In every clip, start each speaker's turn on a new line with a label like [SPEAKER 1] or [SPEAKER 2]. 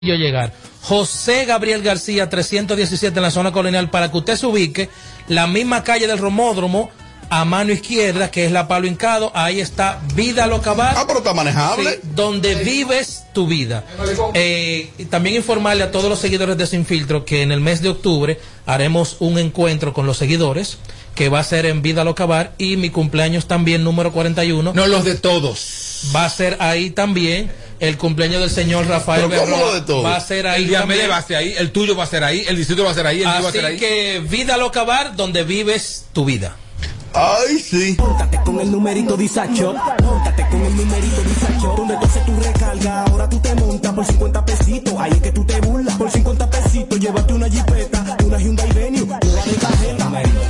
[SPEAKER 1] llegar. José Gabriel García, 317 en la zona colonial, para que usted se ubique, la misma calle del Romódromo, a mano izquierda, que es la Palo Hincado, ahí está Vida Loca Bar.
[SPEAKER 2] Ah, pero está manejable.
[SPEAKER 1] Sí, donde vives tu vida. También informarle a todos los seguidores de Sin Filtro que en el mes de octubre haremos un encuentro con los seguidores, que va a ser en Vida Loca Bar, y mi cumpleaños también, número 41.
[SPEAKER 3] No, los de todos.
[SPEAKER 1] Va a ser ahí también. El cumpleaños del señor Rafael Berroa va a ser ahí.
[SPEAKER 3] El Diamede va a ser ahí, el tuyo va a ser ahí, el distrito va a ser ahí, el mío va a ser ahí.
[SPEAKER 1] Así que Vida Loca Bar, donde vives tu vida.
[SPEAKER 2] Ay, sí.
[SPEAKER 4] Póntate con el numerito Disacho. Póntate con el numerito Disacho. Donde tú haces tu recarga, ahora tú te montas por 50 pesitos. Ahí es que tú te burlas. Por 50 pesitos, llévate una jipeta, una Hyundai Venue, una de tarjeta.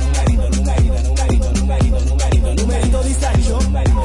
[SPEAKER 4] Numerito Disacho.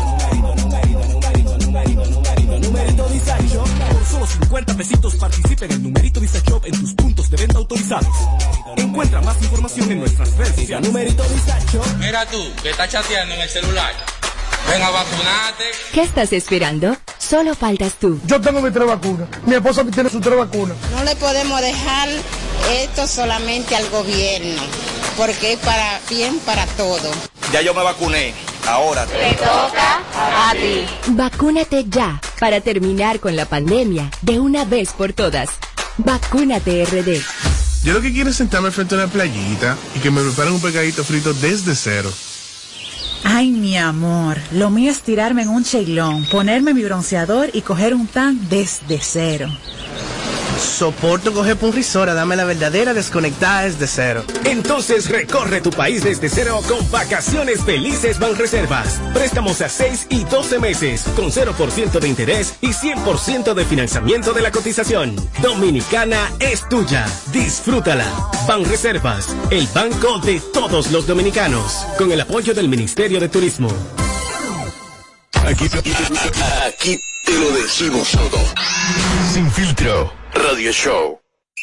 [SPEAKER 4] Numerito Disacho. Por solo 50 pesitos participa en el numerito Disacho en tus puntos de venta autorizados. Encuentra más información en nuestras redes sociales. Numerito Disacho.
[SPEAKER 5] Mira tú, que estás chateando en el celular. Ven a vacunarte.
[SPEAKER 6] ¿Qué estás esperando? Solo faltas tú.
[SPEAKER 7] Yo tengo mis 3 vacunas. Mi esposa tiene sus 3 vacunas.
[SPEAKER 8] No le podemos dejar esto solamente al gobierno, porque es para bien para todo.
[SPEAKER 9] Ya yo me vacuné. Ahora
[SPEAKER 6] te toca a ti. Vacúnate ya para terminar con la pandemia de una vez por todas. Vacúnate RD.
[SPEAKER 10] Yo lo que quiero es sentarme frente a una playita y que me preparen un pescadito frito desde cero.
[SPEAKER 11] Ay, mi amor, lo mío es tirarme en un cheilón, ponerme mi bronceador y coger un tan desde cero.
[SPEAKER 12] Soporto coger por un risora, dame la verdadera desconectada desde cero.
[SPEAKER 13] Entonces recorre tu país desde cero con Vacaciones Felices Banreservas. Préstamos a 6 y 12 meses, con 0% de interés y 100% de financiamiento de la cotización. Dominicana es tuya. Disfrútala. Banreservas, el banco de todos los dominicanos. Con el apoyo del Ministerio de Turismo.
[SPEAKER 14] Aquí te lo decimos todo. Sin Filtro Radio Show.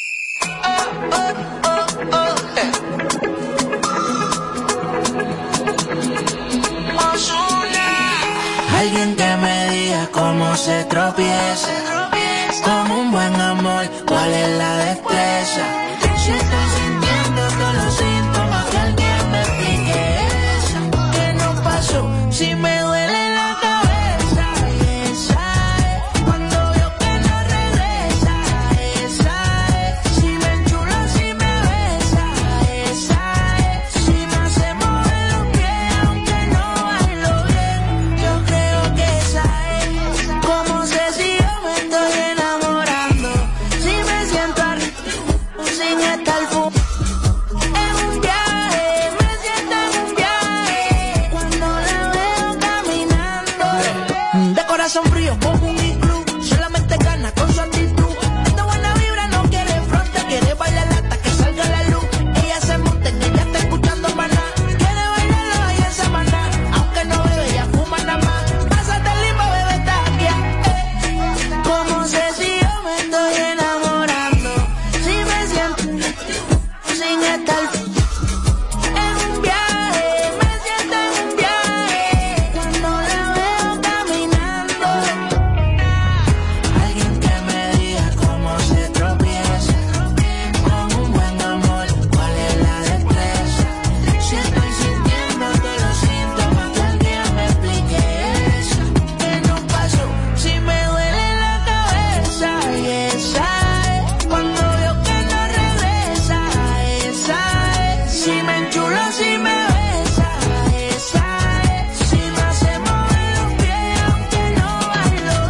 [SPEAKER 15] Alguien que me diga cómo se tropieza, con un buen amor, cuál es la destreza. Si estoy sintiendo todos los síntomas, que alguien me explique eso. ¿Qué nos pasó? Si me duele la cabeza, esa es. Cuando veo que no regresa, esa es. Si me enchula, si me besa, esa es. Si me hace mover los pies, aunque no bailo bien, yo creo que esa es. Como sé si yo me estoy enamorando, si me siento arriba, sin estar full. En un viaje, me siento en un viaje, cuando la veo caminando. De corazón frío como un iglú, solamente gana con su actitud. De buena vibra, no quiere fronte, quiere bailar hasta que salga la luz. Ella se monta en ella, está escuchando maná. Quiere bailarlo ahí en Samaná, aunque no bebe, ella fuma nada más. Pásate el limbo, bebé, está aquí. Como sé si yo me estoy enamorando, si me siento sin estar en un viaje, me siento en un viaje, cuando la veo caminando. Alguien que me diga cómo se tropieza, con un buen amor, cuál es la destreza. Si estoy sintiendo todos los síntomas, que alguien me explique eso. ¿Qué nos pasó? Si me duele la cabeza, y esa es. Cuando veo que no regresa, esa es. Si me enchulo, si me besa, esa es. Si me hace mover los pies, aunque no bailo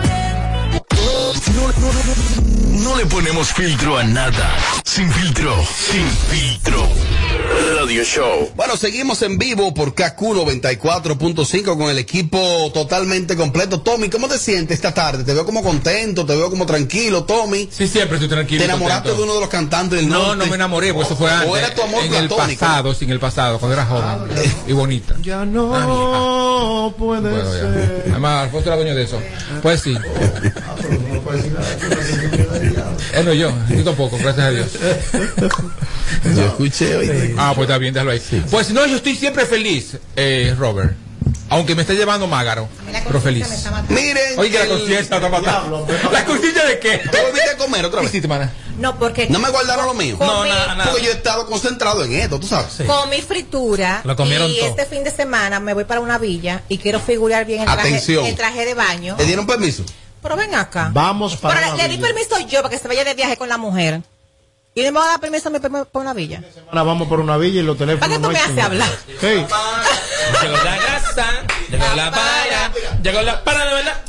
[SPEAKER 15] bien.
[SPEAKER 14] No le ponemos filtro a nada. Sin Filtro. Sin Filtro Radio Show.
[SPEAKER 2] Bueno, seguimos en vivo por KQ 94.5 con el equipo totalmente completo. Tommy, ¿cómo te sientes esta tarde? Te veo como contento, te veo como tranquilo, Tommy.
[SPEAKER 3] Sí, siempre estoy tranquilo.
[SPEAKER 2] ¿Te enamoraste
[SPEAKER 3] contento
[SPEAKER 2] de uno de los cantantes del norte?
[SPEAKER 3] No me enamoré, porque eso fue antes.
[SPEAKER 2] ¿O era tu amor
[SPEAKER 3] en
[SPEAKER 2] platónico?
[SPEAKER 3] el pasado, sí, en el pasado, cuando era joven y bonita.
[SPEAKER 10] Ya no puede ser.
[SPEAKER 3] Además, Alfonso era dueño de eso. Pues sí. No, yo tampoco, gracias a Dios.
[SPEAKER 2] Yo escuché hoy.
[SPEAKER 3] Pues está bien, déjalo ahí. Pues no, yo estoy siempre feliz, Robert. Aunque me esté llevando mágaro, pero feliz.
[SPEAKER 2] Miren.
[SPEAKER 3] Oye, que la conciencia está matando. ¿La conciencia de qué?
[SPEAKER 2] ¿Tú volviste a comer otra vez?
[SPEAKER 3] Sí, hermana.
[SPEAKER 16] No, porque...
[SPEAKER 2] ¿No me guardaron lo mío?
[SPEAKER 16] No,
[SPEAKER 1] nada.
[SPEAKER 2] Porque yo he estado concentrado en esto, tú sabes.
[SPEAKER 16] Sí. Comí fritura.
[SPEAKER 1] Lo comieron
[SPEAKER 16] y
[SPEAKER 1] todo.
[SPEAKER 16] este fin de semana me voy para una villa y quiero figurar bien el traje de baño.
[SPEAKER 2] ¿Le dieron permiso?
[SPEAKER 16] Pero ven acá.
[SPEAKER 17] Vamos para
[SPEAKER 16] Pero le di permiso yo para que se vaya de viaje con la mujer. ¿Y no me va a dar permiso a mí para una villa?
[SPEAKER 17] Ahora vamos por una villa y los teléfonos.
[SPEAKER 16] ¿Para qué tú me haces hablar?
[SPEAKER 17] Hey.
[SPEAKER 1] Llegó la casa, llegó la para, llegó la para de verdad.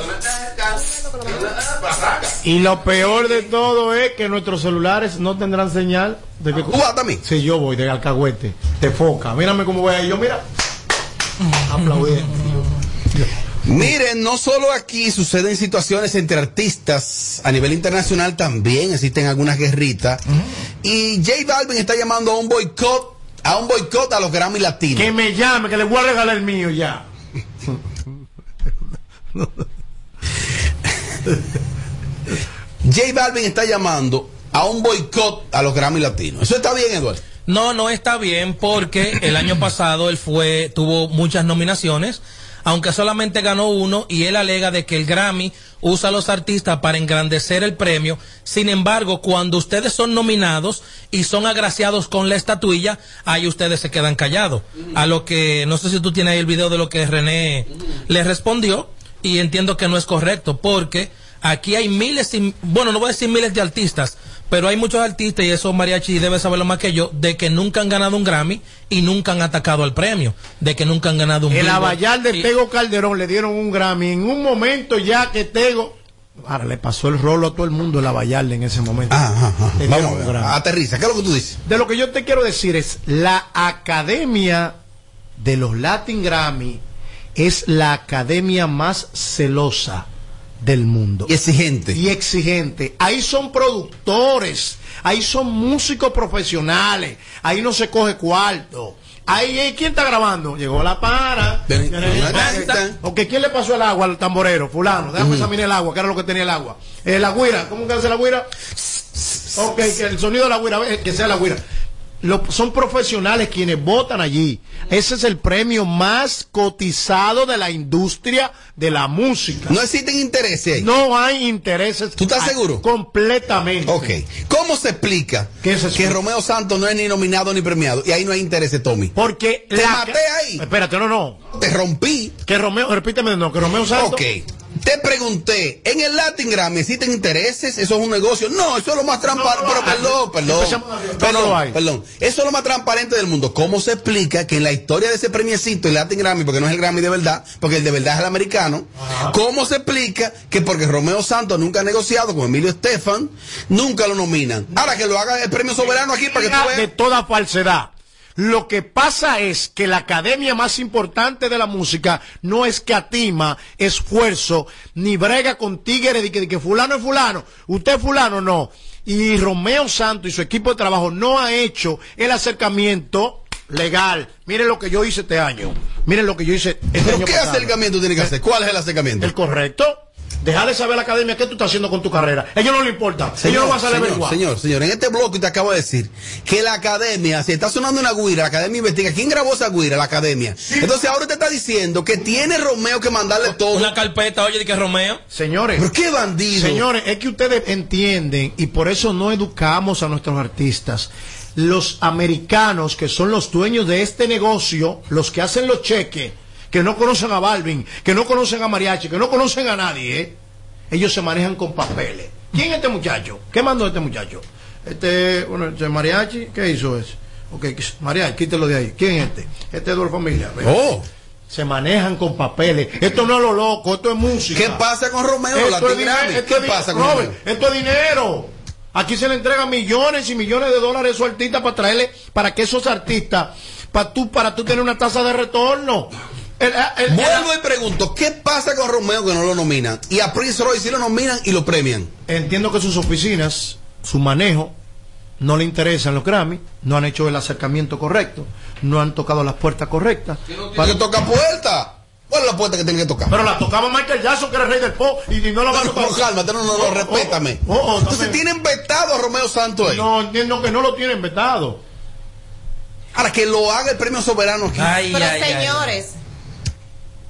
[SPEAKER 17] Y lo peor de todo es que nuestros celulares no tendrán señal de que.
[SPEAKER 2] ¿Tú vas también?
[SPEAKER 17] Sí, yo voy de Alcahuete, de Foca. Mírame cómo voy ahí. Yo, mira. Aplaudir.
[SPEAKER 2] Miren, no solo aquí suceden situaciones entre artistas, a nivel internacional también existen algunas guerritas. Y J Balvin está llamando a un boicot a los Grammy Latinos.
[SPEAKER 17] Que me llame, que le voy a regalar el mío ya.
[SPEAKER 2] J Balvin está llamando a un boicot a los Grammy Latinos. ¿Eso está bien, Eduardo?
[SPEAKER 1] No está bien porque el año pasado él tuvo muchas nominaciones, aunque solamente ganó uno, y él alega de que el Grammy usa a los artistas para engrandecer el premio. Sin embargo, cuando ustedes son nominados y son agraciados con la estatuilla, ahí ustedes se quedan callados. A lo que, no sé si tú tienes ahí el video de lo que René le respondió, y entiendo que no es correcto, porque aquí hay miles, bueno, no voy a decir miles de artistas, pero hay muchos artistas, y eso Mariachi debe saberlo más que yo, de que nunca han ganado un Grammy y nunca han atacado al premio, de que nunca han ganado un
[SPEAKER 17] El
[SPEAKER 1] Billboard.
[SPEAKER 17] Abayal de Tego Calderón le dieron un Grammy en un momento ya que Tego... Ahora le pasó el rolo a todo el mundo el Abayal en ese momento.
[SPEAKER 2] Vamos a ver, aterriza, ¿qué es lo que tú dices?
[SPEAKER 17] De lo que yo te quiero decir es, la academia de los Latin Grammy es la academia más celosa del mundo.
[SPEAKER 2] Y exigente.
[SPEAKER 17] Y exigente. Ahí son productores, ahí son músicos profesionales, ahí no se coge cuarto. Ahí, ¿quién está grabando? Llegó la para. Ok, ¿quién le pasó el agua al tamborero? Fulano, déjame examinar el agua, que era lo que tenía el agua. La güira, ¿cómo que hace la güira? Ok, que el sonido de la güira, que sea la güira. Son profesionales quienes votan allí. Ese es el premio más cotizado de la industria de la música.
[SPEAKER 2] ¿No existen intereses ahí?
[SPEAKER 17] No hay intereses.
[SPEAKER 2] ¿Tú estás seguro?
[SPEAKER 17] Completamente.
[SPEAKER 2] Ok. ¿Cómo se explica que Romeo Santos no es ni nominado ni premiado? Y ahí no hay intereses, Tommy.
[SPEAKER 17] Porque
[SPEAKER 2] te maté ahí.
[SPEAKER 17] Espérate, no.
[SPEAKER 2] Te rompí.
[SPEAKER 17] Que Romeo, repíteme, que Romeo Santos.
[SPEAKER 2] Ok. Te pregunté, ¿en el Latin Grammy existen intereses? ¿Eso es un negocio? No, eso es lo más transparente. Pero perdón. Eso es lo más transparente del mundo. ¿Cómo se explica que en la historia de ese premiecito, el Latin Grammy, porque no es el Grammy de verdad, porque el de verdad es el americano, cómo se explica que porque Romeo Santos nunca ha negociado con Emilio Estefan, nunca lo nominan? Ahora que lo haga el premio soberano aquí para que tú veas.
[SPEAKER 17] De toda falsedad. Lo que pasa es que la academia más importante de la música no escatima esfuerzo ni brega con tigres de que fulano es fulano, usted es fulano, no. Y Romeo Santos y su equipo de trabajo no ha hecho el acercamiento legal. Miren lo que yo hice este año. Miren lo que yo hice este
[SPEAKER 2] ¿Pero
[SPEAKER 17] año
[SPEAKER 2] qué
[SPEAKER 17] pasado.
[SPEAKER 2] acercamiento tiene que hacer? ¿Cuál es el acercamiento?
[SPEAKER 17] El correcto. Dejarle saber a la academia qué tú estás haciendo con tu carrera. Ellos no le importa. Ellos no van a saber averiguar.
[SPEAKER 2] Señor, en este bloque te acabo de decir que la academia, si está sonando una guira, la academia investiga quién grabó esa guira, la academia. Sí. Entonces ahora te está diciendo que tiene Romeo que mandarle todo.
[SPEAKER 1] Una carpeta, oye, de que Romeo.
[SPEAKER 17] Señores.
[SPEAKER 2] ¿Pero qué bandido?
[SPEAKER 17] Señores, es que ustedes entienden y por eso no educamos a nuestros artistas. Los americanos, que son los dueños de este negocio, los que hacen los cheques, que no conocen a Balvin, que no conocen a Mariachi, que no conocen a nadie, ellos se manejan con papeles. ¿Quién es este muchacho? ¿Qué mandó este muchacho? Este Mariachi, ¿qué hizo ese? Ok, Mariachi, quítelo de ahí. ¿Quién es este? Este es de la familia.
[SPEAKER 2] Oh.
[SPEAKER 17] Se manejan con papeles. Esto no es lo loco, esto es música.
[SPEAKER 2] ¿Qué pasa con Romeo? ¿Qué pasa con Romeo?
[SPEAKER 17] Esto es dinero. Aquí se le entregan millones y millones de dólares a esos artistas para traerle, para que esos artistas, para tú tener una tasa de retorno.
[SPEAKER 2] Vuelvo y pregunto, ¿qué pasa con Romeo que no lo nominan? Y a Prince Royce sí lo nominan y lo premian.
[SPEAKER 17] Entiendo que sus oficinas, su manejo, no le interesan los Grammy, no han hecho el acercamiento correcto, no han tocado las puertas correctas.
[SPEAKER 2] ¿Para qué toca puerta? ¿Cuál es la puerta que tiene que tocar?
[SPEAKER 17] Pero la tocaba Michael Jackson, que era el rey del pop, y no la va a tocar.
[SPEAKER 2] No, cálmate, no, respétame. Entonces tienen vetado a Romeo Santos ahí.
[SPEAKER 17] No, entiendo que no lo tienen vetado.
[SPEAKER 2] Ahora que lo haga el premio soberano aquí.
[SPEAKER 16] Pero señores,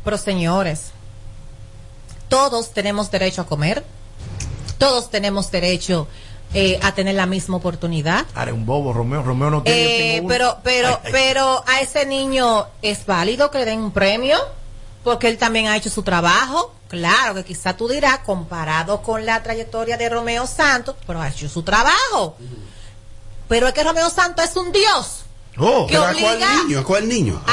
[SPEAKER 16] Pero señores, todos tenemos derecho a comer, todos tenemos derecho a tener la misma oportunidad.
[SPEAKER 17] Haré un bobo, Romeo no tiene.
[SPEAKER 16] Pero a ese niño es válido que le den un premio porque él también ha hecho su trabajo. Claro que quizá tú dirás, comparado con la trayectoria de Romeo Santos, pero ha hecho su trabajo. Pero es que Romeo Santos es un dios.
[SPEAKER 2] Que obliga ¿A cuál niño?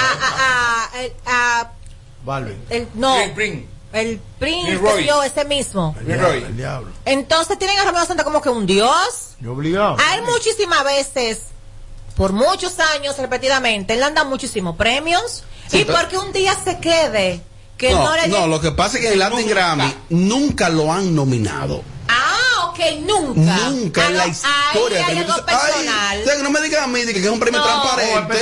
[SPEAKER 17] Vale.
[SPEAKER 16] El Prince, ese mismo.
[SPEAKER 17] El diablo.
[SPEAKER 16] Entonces tienen a Romeo Santos como que un dios.
[SPEAKER 17] Obligado.
[SPEAKER 16] Hay muchísimas veces, por muchos años repetidamente, él anda muchísimos premios. Sí, y porque un día se quede que no
[SPEAKER 2] lo que pasa es que en el Latin Grammy nunca lo han nominado. Nunca en la historia.
[SPEAKER 16] Hay algo personal.
[SPEAKER 2] Que no me digan a mí que es un premio transparente.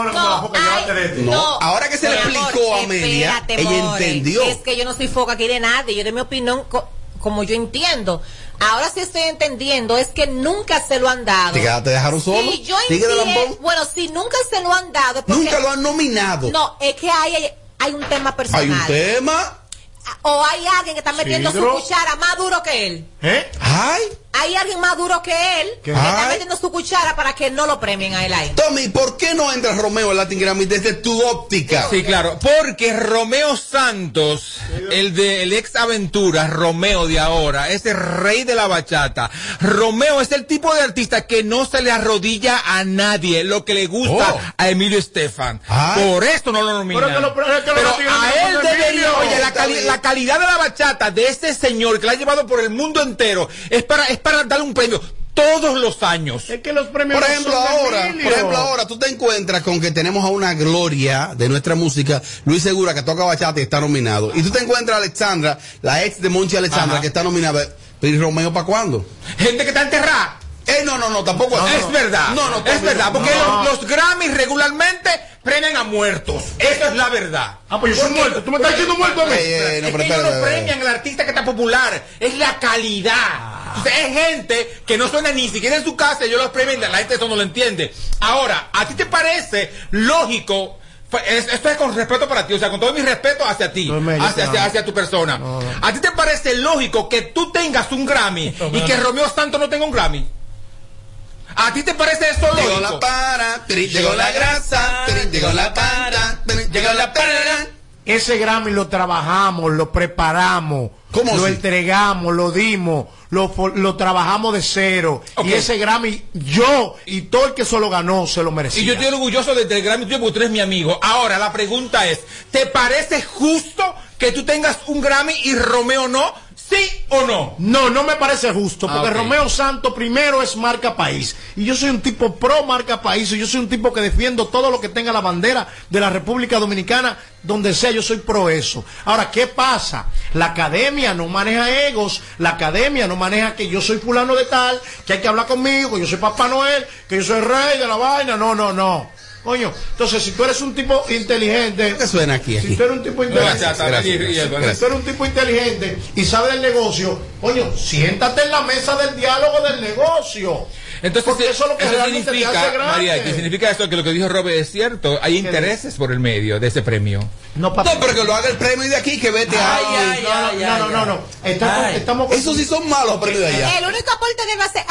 [SPEAKER 2] Ahora que se le explicó a Amelia, ella entendió.
[SPEAKER 16] Es que yo no soy foca aquí de nadie, yo de mi opinión como yo entiendo. Ahora sí estoy entendiendo, es que nunca se lo han dado.
[SPEAKER 2] ¿Te dejaron solo?
[SPEAKER 16] Sí, yo entiendo. Bueno, si nunca se lo han dado.
[SPEAKER 2] Nunca lo han nominado.
[SPEAKER 16] No, es que hay un tema personal.
[SPEAKER 2] ¿Hay un tema?
[SPEAKER 16] O hay alguien que está metiendo su cuchara más duro que él. Hay alguien más duro que él que está metiendo su cuchara para que no lo premien a él ahí.
[SPEAKER 2] Tommy, ¿por qué no entra Romeo al Latin Grammy desde tu óptica?
[SPEAKER 3] Sí, claro, porque Romeo Santos, el ex Aventura, Romeo de ahora, es el rey de la bachata. Romeo es el tipo de artista que no se le arrodilla a nadie, lo que le gusta a Emilio Estefan. Por esto no lo nominan. Pero a él debería, oye, la calidad de la bachata de este señor que la ha llevado por el mundo entero es para darle un premio todos los años.
[SPEAKER 17] Es que los premios
[SPEAKER 2] por ejemplo ahora tú te encuentras con que tenemos a una gloria de nuestra música, Luis Segura, que toca bachata y está nominado, y tú te encuentras a Alexandra, la ex de Monchi Alexandra, que está nominada. ¿Y Romeo para cuándo?
[SPEAKER 3] Gente que está enterrada.
[SPEAKER 2] No, tampoco
[SPEAKER 3] es verdad. Es verdad, porque los Grammys regularmente premian a muertos. Eso es la verdad.
[SPEAKER 17] Pues yo soy muerto. Tú me estás diciendo muerto a mí.
[SPEAKER 3] Es que ellos no premian al artista que está popular. Es la calidad. Entonces, es gente que no suena ni siquiera en su casa. Ellos los premian. La gente eso no lo entiende. Ahora, ¿a ti te parece lógico? Esto es con respeto para ti, o sea, con todo mi respeto hacia ti, hacia tu persona. ¿A ti te parece lógico que tú tengas un Grammy y que Romeo Santos no tenga un Grammy? ¿A ti te parece eso lógico?
[SPEAKER 2] Llegó la para, llegó la grasa, llegó la para, llegó la para.
[SPEAKER 17] Ese Grammy lo trabajamos, lo preparamos, lo entregamos, lo dimos, lo trabajamos de cero. Y ese Grammy, yo y todo el que se lo ganó, se lo merecía.
[SPEAKER 3] Y yo estoy orgulloso del Grammy tuyo porque tú eres mi amigo. Ahora, la pregunta es, ¿te parece justo que tú tengas un Grammy y Romeo no? ¿Sí o no?
[SPEAKER 17] No me parece justo, porque Romeo Santos primero es marca país. Y yo soy un tipo pro marca país, y yo soy un tipo que defiendo todo lo que tenga la bandera de la República Dominicana, donde sea, yo soy pro eso. Ahora, ¿qué pasa? La academia no maneja egos, la academia no maneja que yo soy fulano de tal, que hay que hablar conmigo, que yo soy Papá Noel, que yo soy el rey de la vaina, no. Coño, entonces si tú eres un tipo inteligente,
[SPEAKER 2] ¿qué suena aquí?
[SPEAKER 17] Si tú eres un tipo inteligente, si tú eres un tipo inteligente y sabes del negocio, coño, siéntate en la mesa del diálogo del negocio.
[SPEAKER 3] Entonces,
[SPEAKER 17] porque eso es lo que realmente te hace grande.
[SPEAKER 3] María, ¿qué significa esto? Que lo que dijo Robert es cierto. Hay intereses por el medio de ese premio.
[SPEAKER 2] No, pero que lo haga el premio de aquí, que vete
[SPEAKER 17] No. Estamos
[SPEAKER 2] esos sí son malos premios de allá.
[SPEAKER 16] El único aporte que va a ser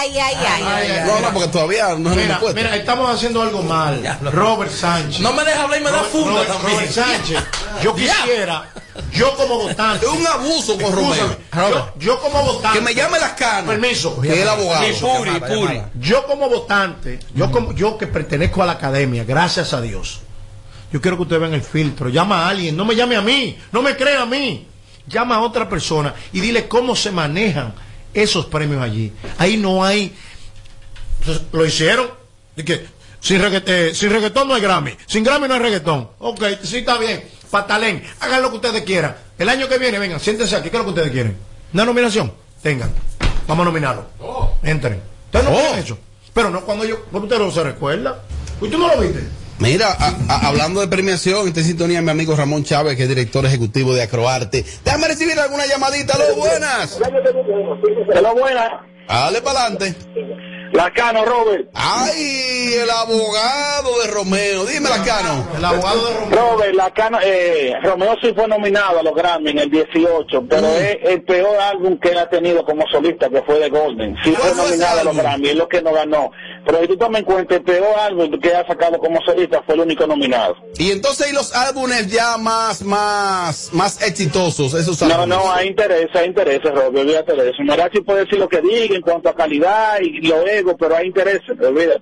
[SPEAKER 2] No, porque todavía no es el
[SPEAKER 17] Mira, estamos haciendo algo mal. Robert Sánchez.
[SPEAKER 1] No me deja hablar y me da funda también.
[SPEAKER 17] Robert Sánchez. Yo quisiera, yo como votante.
[SPEAKER 2] Es un abuso con Romeo.
[SPEAKER 17] Yo como votante.
[SPEAKER 2] Que me llame las canas.
[SPEAKER 17] Permiso.
[SPEAKER 2] Que es el abogado.
[SPEAKER 17] Puri. Yo como votante, yo que pertenezco a la academia, gracias a Dios. Yo quiero que ustedes vean el filtro. Llama a alguien, no me llame a mí, no me crea a mí. Llama a otra persona y dile cómo se manejan esos premios allí. Ahí no hay. Entonces, lo hicieron. ¿De qué? Sin reggaetón no hay Grammy. Sin Grammy no hay reggaetón. Ok, sí está bien. Patalén, hagan lo que ustedes quieran. El año que viene, vengan, siéntense aquí. ¿Qué es lo que ustedes quieren? ¿Una nominación? Tengan. Vamos a nominarlo. Entren. Ustedes no tienen eso. Pero no cuando usted no se recuerda. ¿Y tú no lo viste?
[SPEAKER 2] Mira, hablando de premiación, está en sintonía mi amigo Ramón Chávez, que es director ejecutivo de Acroarte. Déjame recibir alguna llamadita. ¡Aló, buenas!
[SPEAKER 18] ¡Aló, buenas!
[SPEAKER 2] Dale para adelante.
[SPEAKER 18] Lacano, Robert.
[SPEAKER 2] Ay, el abogado de Romeo. Dime, Lacano.
[SPEAKER 17] El abogado de Romeo.
[SPEAKER 18] Robert, Lacano, Romeo sí fue nominado a los Grammy en el 18, pero es el peor álbum que él ha tenido como solista, que fue The Golden. Sí fue nominado a los Grammy, es lo que no ganó. Pero si tú tomas en cuenta, el peor álbum que ha sacado como solista fue el único nominado.
[SPEAKER 2] Y entonces, ¿y los álbumes ya más exitosos? Esos álbumes.
[SPEAKER 18] No, hay interés, Robert, olvídate de eso. Marachi puede decir lo que diga en cuanto a calidad y lo ego, pero hay interés, olvídate.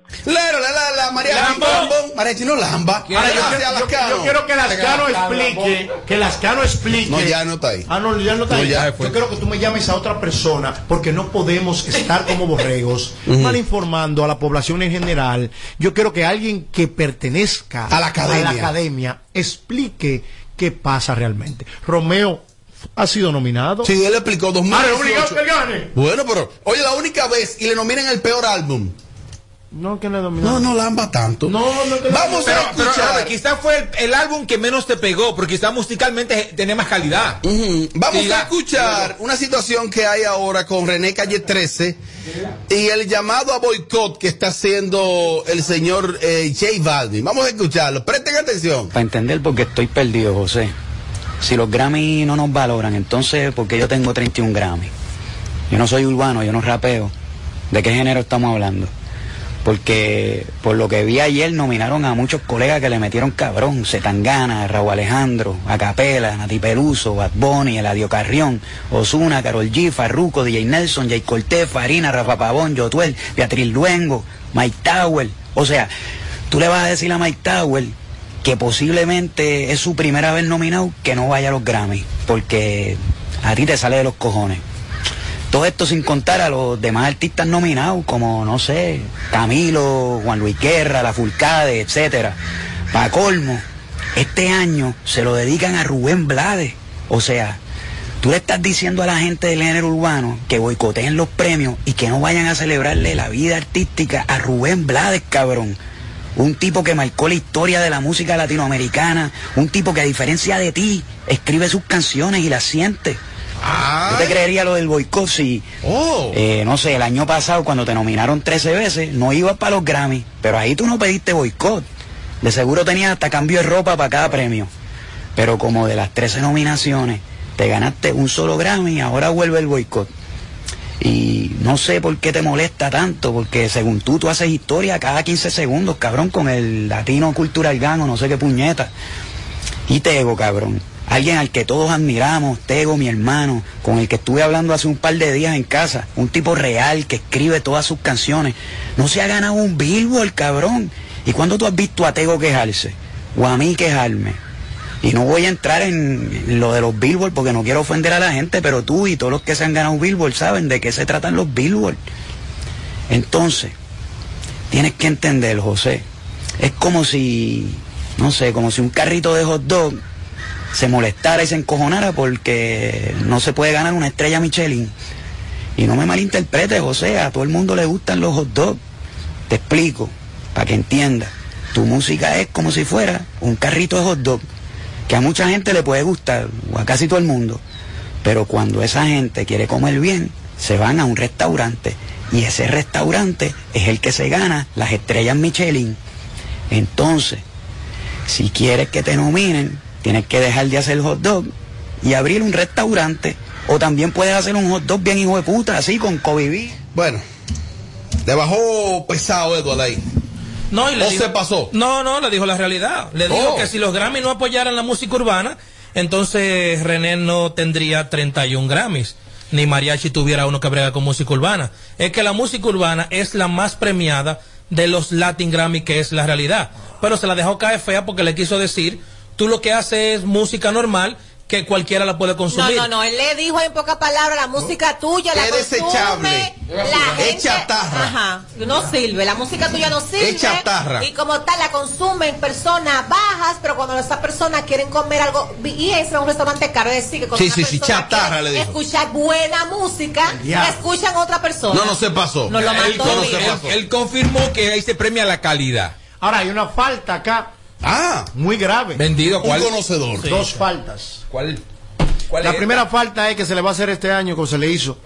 [SPEAKER 2] Mariachi no lamba.
[SPEAKER 17] Yo quiero que Lascano explique.
[SPEAKER 2] No, ya no está ahí.
[SPEAKER 17] No, ya no está ahí. Yo quiero que tú me llames a otra persona, porque no podemos estar como borregos, mal informando a la población en general. Yo quiero que alguien que pertenezca
[SPEAKER 2] a la academia
[SPEAKER 17] explique qué pasa realmente. Romeo ha sido nominado.
[SPEAKER 2] Sí, él explicó 2018.
[SPEAKER 17] Obligado que gane.
[SPEAKER 2] Bueno, pero oye, la única vez y le nominan el peor álbum.
[SPEAKER 17] No, que le dominó.
[SPEAKER 2] No lamba tanto. Vamos a escuchar.
[SPEAKER 3] Pero quizás fue el álbum que menos te pegó, porque quizás musicalmente tiene más calidad.
[SPEAKER 2] Vamos a escuchar una situación que hay ahora con René Calle 13 y el llamado a boicot que está haciendo el señor J Balvin. Vamos a escucharlo. Presten atención.
[SPEAKER 19] Para entender por qué estoy perdido, José. Si los Grammy no nos valoran, entonces, ¿por qué yo tengo 31 Grammy? Yo no soy urbano, yo no rapeo. ¿De qué género estamos hablando? Porque por lo que vi ayer nominaron a muchos colegas que le metieron cabrón. Zetangana, Raúl Alejandro, Acapela, Nati Peluso, Bad Bunny, Eladio Carrión, Ozuna, Karol G, Farruko, DJ Nelson, Jay Cortez, Farina, Rafa Pavón, Yotuel, Beatriz Luengo, Mike Tower. O sea, tú le vas a decir a Mike Tower que posiblemente es su primera vez nominado, que no vaya a los Grammy, porque a ti te sale de los cojones. Todo esto sin contar a los demás artistas nominados, como, no sé, Camilo, Juan Luis Guerra, La Fulcade, etcétera. Para colmo, este año se lo dedican a Rubén Blades. O sea, tú le estás diciendo a la gente del género urbano que boicoteen los premios y que no vayan a celebrarle la vida artística a Rubén Blades, cabrón. Un tipo que marcó la historia de la música latinoamericana, un tipo que a diferencia de ti, escribe sus canciones y las siente. ¿Tú te creerías lo del boicot si, no sé, el año pasado cuando te nominaron 13 veces, no ibas para los Grammy, pero ahí tú no pediste boicot? De seguro tenías hasta cambio de ropa para cada premio. Pero como de las 13 nominaciones te ganaste un solo Grammy, ahora vuelve el boicot. Y no sé por qué te molesta tanto, porque según tú haces historia cada 15 segundos, cabrón, con el Latino Cultural Gang o no sé qué puñeta. Y Tego, cabrón. Alguien al que todos admiramos, Tego, mi hermano, con el que estuve hablando hace un par de días en casa, un tipo real que escribe todas sus canciones, no se ha ganado un Billboard, cabrón. ¿Y cuándo tú has visto a Tego quejarse? O a mí quejarme. Y no voy a entrar en lo de los Billboard porque no quiero ofender a la gente, pero tú y todos los que se han ganado Billboard saben de qué se tratan los Billboard. Entonces, tienes que entender, José, es como si, no sé, como si un carrito de hot dog se molestara y se encojonara porque no se puede ganar una estrella Michelin. Y no me malinterpretes, José, a todo el mundo le gustan los hot dogs. Te explico, para que entiendas. Tu música es como si fuera un carrito de hot dog, que a mucha gente le puede gustar, o a casi todo el mundo. Pero cuando esa gente quiere comer bien, se van a un restaurante. Y ese restaurante es el que se gana las estrellas Michelin. Entonces, si quieres que te nominen, tienes que dejar de hacer hot dog y abrir un restaurante. O también puedes hacer un hot dog bien hijo de puta, así con Coviví.
[SPEAKER 2] Bueno, le bajó pesado Edward ahí.
[SPEAKER 1] No, y le dijo,
[SPEAKER 2] se pasó.
[SPEAKER 1] No, le dijo la realidad. Le dijo que si los Grammy no apoyaran la música urbana, entonces René no tendría 31 Grammys. Ni Mariachi tuviera uno que brega con música urbana. Es que la música urbana es la más premiada de los Latin Grammy, que es la realidad. Pero se la dejó caer fea porque le quiso decir, tú lo que haces es música normal, que cualquiera la puede consumir.
[SPEAKER 16] No, él le dijo en pocas palabras, la música tuya la consume,
[SPEAKER 2] desechable,
[SPEAKER 16] la gente,
[SPEAKER 2] es chatarra.
[SPEAKER 16] Ajá, no sirve, la música tuya no sirve,
[SPEAKER 2] es chatarra.
[SPEAKER 16] Y como tal la consumen personas bajas, pero cuando esas personas quieren comer algo, y es un restaurante caro, es decir, que cuando
[SPEAKER 2] sí, chatarra le dijo.
[SPEAKER 16] Escuchar buena música, escuchan a otra persona.
[SPEAKER 2] No se pasó.
[SPEAKER 16] No lo mató.
[SPEAKER 3] Él confirmó que ahí se premia la calidad.
[SPEAKER 17] Ahora hay una falta acá. Muy grave.
[SPEAKER 3] Vendido, ¿cuál?
[SPEAKER 2] Un conocedor.
[SPEAKER 17] Dos faltas.
[SPEAKER 3] ¿Cuál
[SPEAKER 17] la
[SPEAKER 3] es
[SPEAKER 17] primera falta es que se le va a hacer este año, como se le hizo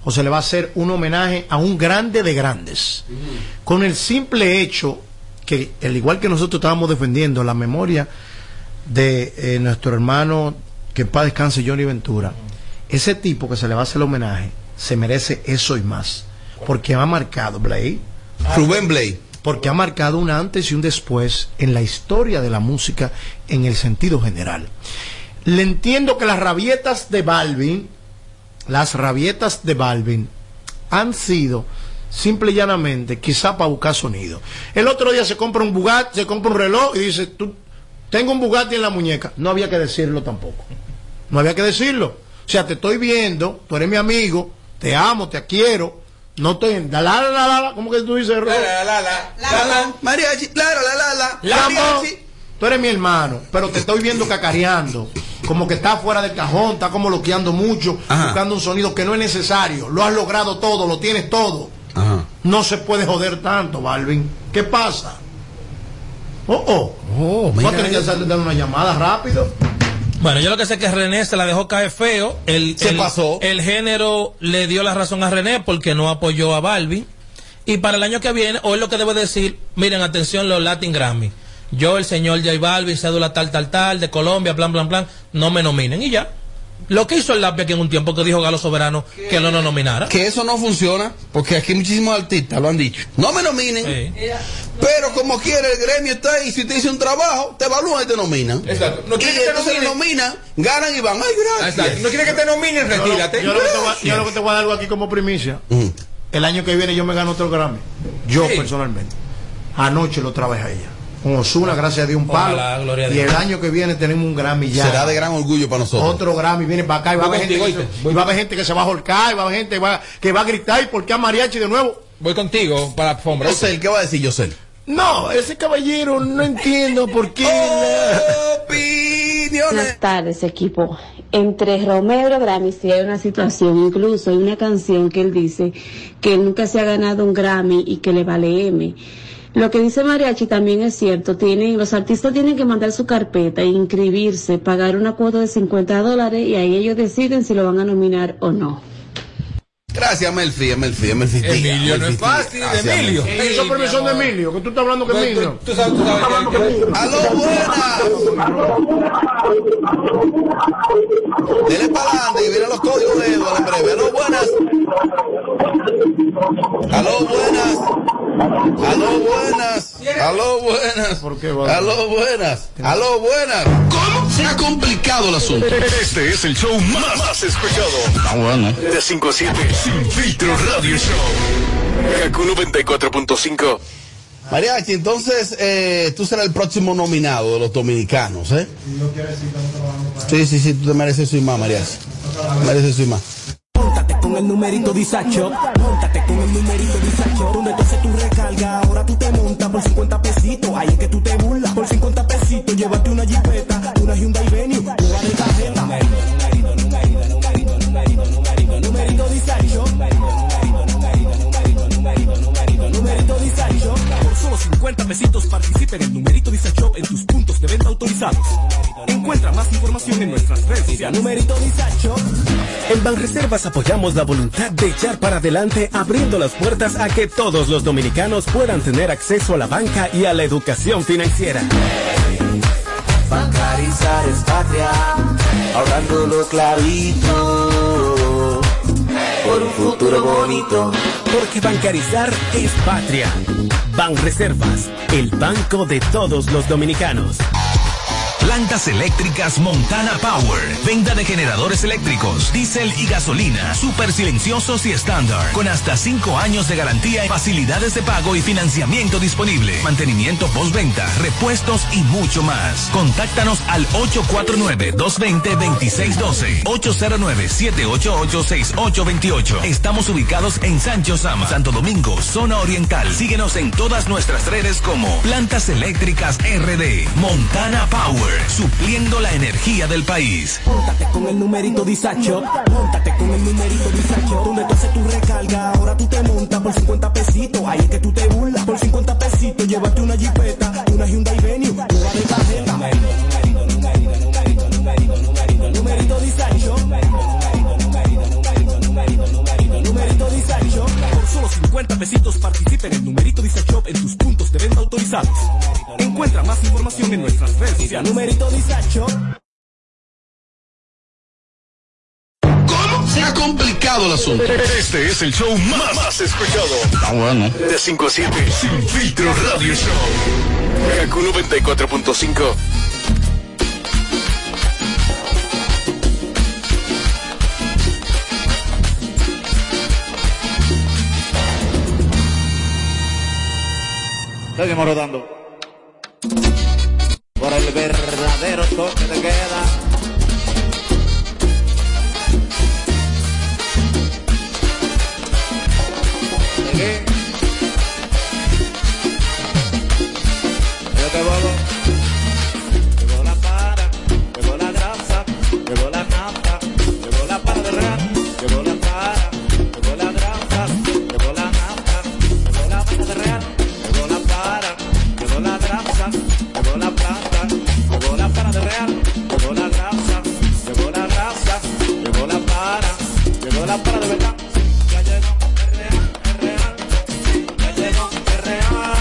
[SPEAKER 17] o se le va a hacer un homenaje a un grande de grandes. Con el simple hecho que, al igual que nosotros estábamos defendiendo la memoria de nuestro hermano, que en paz descanse, Johnny Ventura, ese tipo que se le va a hacer el homenaje se merece eso y más, porque ha marcado
[SPEAKER 2] Rubén Blade,
[SPEAKER 17] porque ha marcado un antes y un después en la historia de la música en el sentido general. Le entiendo que las rabietas de Balvin han sido simple y llanamente quizá para buscar sonido. El otro día se compra un Bugatti, se compra un reloj y dice, tengo un Bugatti en la muñeca. No había que decirlo tampoco, no había que decirlo. O sea, te estoy viendo, tú eres mi amigo, te amo, te quiero, no estoy en ¿cómo que tú dices?
[SPEAKER 2] Mariachi,
[SPEAKER 17] mariachi. Tú eres mi hermano, pero te estoy viendo cacareando, como que está fuera del cajón, está como loqueando mucho, buscando un sonido que no es necesario. Lo has logrado todo, lo tienes todo. No se puede joder tanto, Balvin. ¿Qué pasa? ¿Vas a tener que dar una llamada rápido?
[SPEAKER 1] Bueno, yo lo que sé es que René se la dejó caer feo.
[SPEAKER 2] Pasó.
[SPEAKER 1] El género le dio la razón a René porque no apoyó a Balvin. Y para el año que viene, hoy lo que debo decir, miren, atención, los Latin Grammy. Yo, el señor J Balvin, cédula tal, de Colombia, plan, no me nominen y ya. Lo que hizo el Lapia aquí en un tiempo que dijo Galo Soberano que no nos nominara.
[SPEAKER 2] Que eso no funciona, porque aquí muchísimos artistas lo han dicho. No me nominen, pero como quiere el gremio está ahí, si te hice un trabajo, te evalúan y te nominan.
[SPEAKER 3] Exacto. No quiere
[SPEAKER 2] y
[SPEAKER 3] que
[SPEAKER 2] entonces te nominan, ganan y van. Ay, gracias.
[SPEAKER 3] Exacto. No quiere que te nominen, retírate.
[SPEAKER 17] Yo lo que te voy a dar algo aquí como primicia. El año que viene yo me gano otro Grammy. Yo personalmente. Anoche lo trabajé a ella. Con Ozuna, gracias a Dios, un palo.
[SPEAKER 1] Ojalá,
[SPEAKER 17] y el año que viene tenemos un Grammy ya.
[SPEAKER 2] Será de gran orgullo para nosotros.
[SPEAKER 17] Otro Grammy viene para acá y va a haber gente que se va a holcar, y va a haber gente que va a gritar, ¿y por qué a mariachi de nuevo?
[SPEAKER 3] Voy contigo para la alfombra.
[SPEAKER 2] Yosel, ¿qué va a decir Yosel?
[SPEAKER 17] No, ese caballero no entiendo por qué.
[SPEAKER 20] Buenas tardes, equipo. Entre Romeo y Grammy sí hay una situación, incluso hay una canción que él dice que él nunca se ha ganado un Grammy y que le vale M. Lo que dice Mariachi también es cierto, los artistas tienen que mandar su carpeta, inscribirse, pagar una cuota de $50 y ahí ellos deciden si lo van a nominar o no.
[SPEAKER 2] Gracias, Melfi.
[SPEAKER 3] Emilio, no es fácil, Emilio.
[SPEAKER 17] Eso es permisión de Emilio, que tú estás hablando que Emilio.
[SPEAKER 3] Tú sabes.
[SPEAKER 2] ¡Aló, buenas! Dele para adelante, que vienen los códigos de Eduardo en breve. ¡Aló, buenas! ¡Aló, buenas! ¡Aló, buenas! ¡Aló, buenas!
[SPEAKER 17] ¿Por qué va?
[SPEAKER 2] ¡Aló, buenas! ¡Aló, buenas! ¿Cómo se ha complicado el asunto?
[SPEAKER 14] Este es el show más escuchado.
[SPEAKER 2] Está bueno.
[SPEAKER 14] De 5 a 7. Sin Filtro Radio Show. Kaku 94.5.
[SPEAKER 2] Mariachi, entonces tú serás el próximo nominado de los dominicanos, ¿eh? Sí, tú te mereces su más, Mariachi. Mereces su más.
[SPEAKER 4] Móntate con el numerito Disacho, móntate con el numerito Disacho, donde tú haces tu recarga, ahora tú te montas por 50 pesitos, ahí es que tú te burlas, por 50 pesitos, llévate una jipeta, una Hyundai Venue, nueva de tarjeta, numerito Disacho, numerito Disacho, por solo 50 pesitos participa en el numerito Disacho en tus puntos de venta autorizados. Encuentra más información en nuestras redes sociales. Numerito Disacho.
[SPEAKER 13] En Banreservas apoyamos la voluntad de echar para adelante, abriendo las puertas a que todos los dominicanos puedan tener acceso a la banca y a la educación financiera.
[SPEAKER 15] Bancarizar es patria, ahorrándolo clarito, por un futuro bonito.
[SPEAKER 13] Porque bancarizar es patria. Banreservas, el banco de todos los dominicanos.
[SPEAKER 14] Plantas eléctricas Montana Power. Venta de generadores eléctricos, diésel y gasolina, súper silenciosos y estándar, con hasta 5 años de garantía, facilidades de pago y financiamiento disponible, mantenimiento postventa, repuestos y mucho más. Contáctanos al 849-220-2612, 809-788-6828. Estamos ubicados en Sancho Sama, Santo Domingo, zona oriental. Síguenos en todas nuestras redes como Plantas Eléctricas RD. Montana Power, supliendo la energía del país.
[SPEAKER 4] Móntate con el numerito Disacho, móntate con el numerito Disacho, donde tú haces tu recarga, ahora tú te montas por 50 pesitos, ahí es que tú te burlas, por 50 pesitos, llévate una jipeta, una Hyundai Venue, nueva de tarjeta, numerito Disacho, numerito pesitos, participa en el numerito Dice Shop en tus puntos de venta autorizados. Encuentra más información en nuestras redes sociales. Numerito Dice Shop.
[SPEAKER 2] ¿Cómo se ha complicado el asunto?
[SPEAKER 14] Este es el show más escuchado.
[SPEAKER 2] Ah, bueno.
[SPEAKER 14] De 5 a 7, Sin Filtro Radio Show. Kaku 94.5.
[SPEAKER 21] Seguimos rodando por el verdadero toque de queda. Llegué. Yo te vuelvo. Llegó la para, llegó la grasa, llegó la nafta, llegó la para de real, llegó la para, llegó la grasa, llegó la nafta, llegó la para de real. Llegó la grasa, llegó la plata, llegó la para de real, llegó la grasa, llegó la grasa, llegó la para de verdad. Ya llegó el real, ya llegó el real.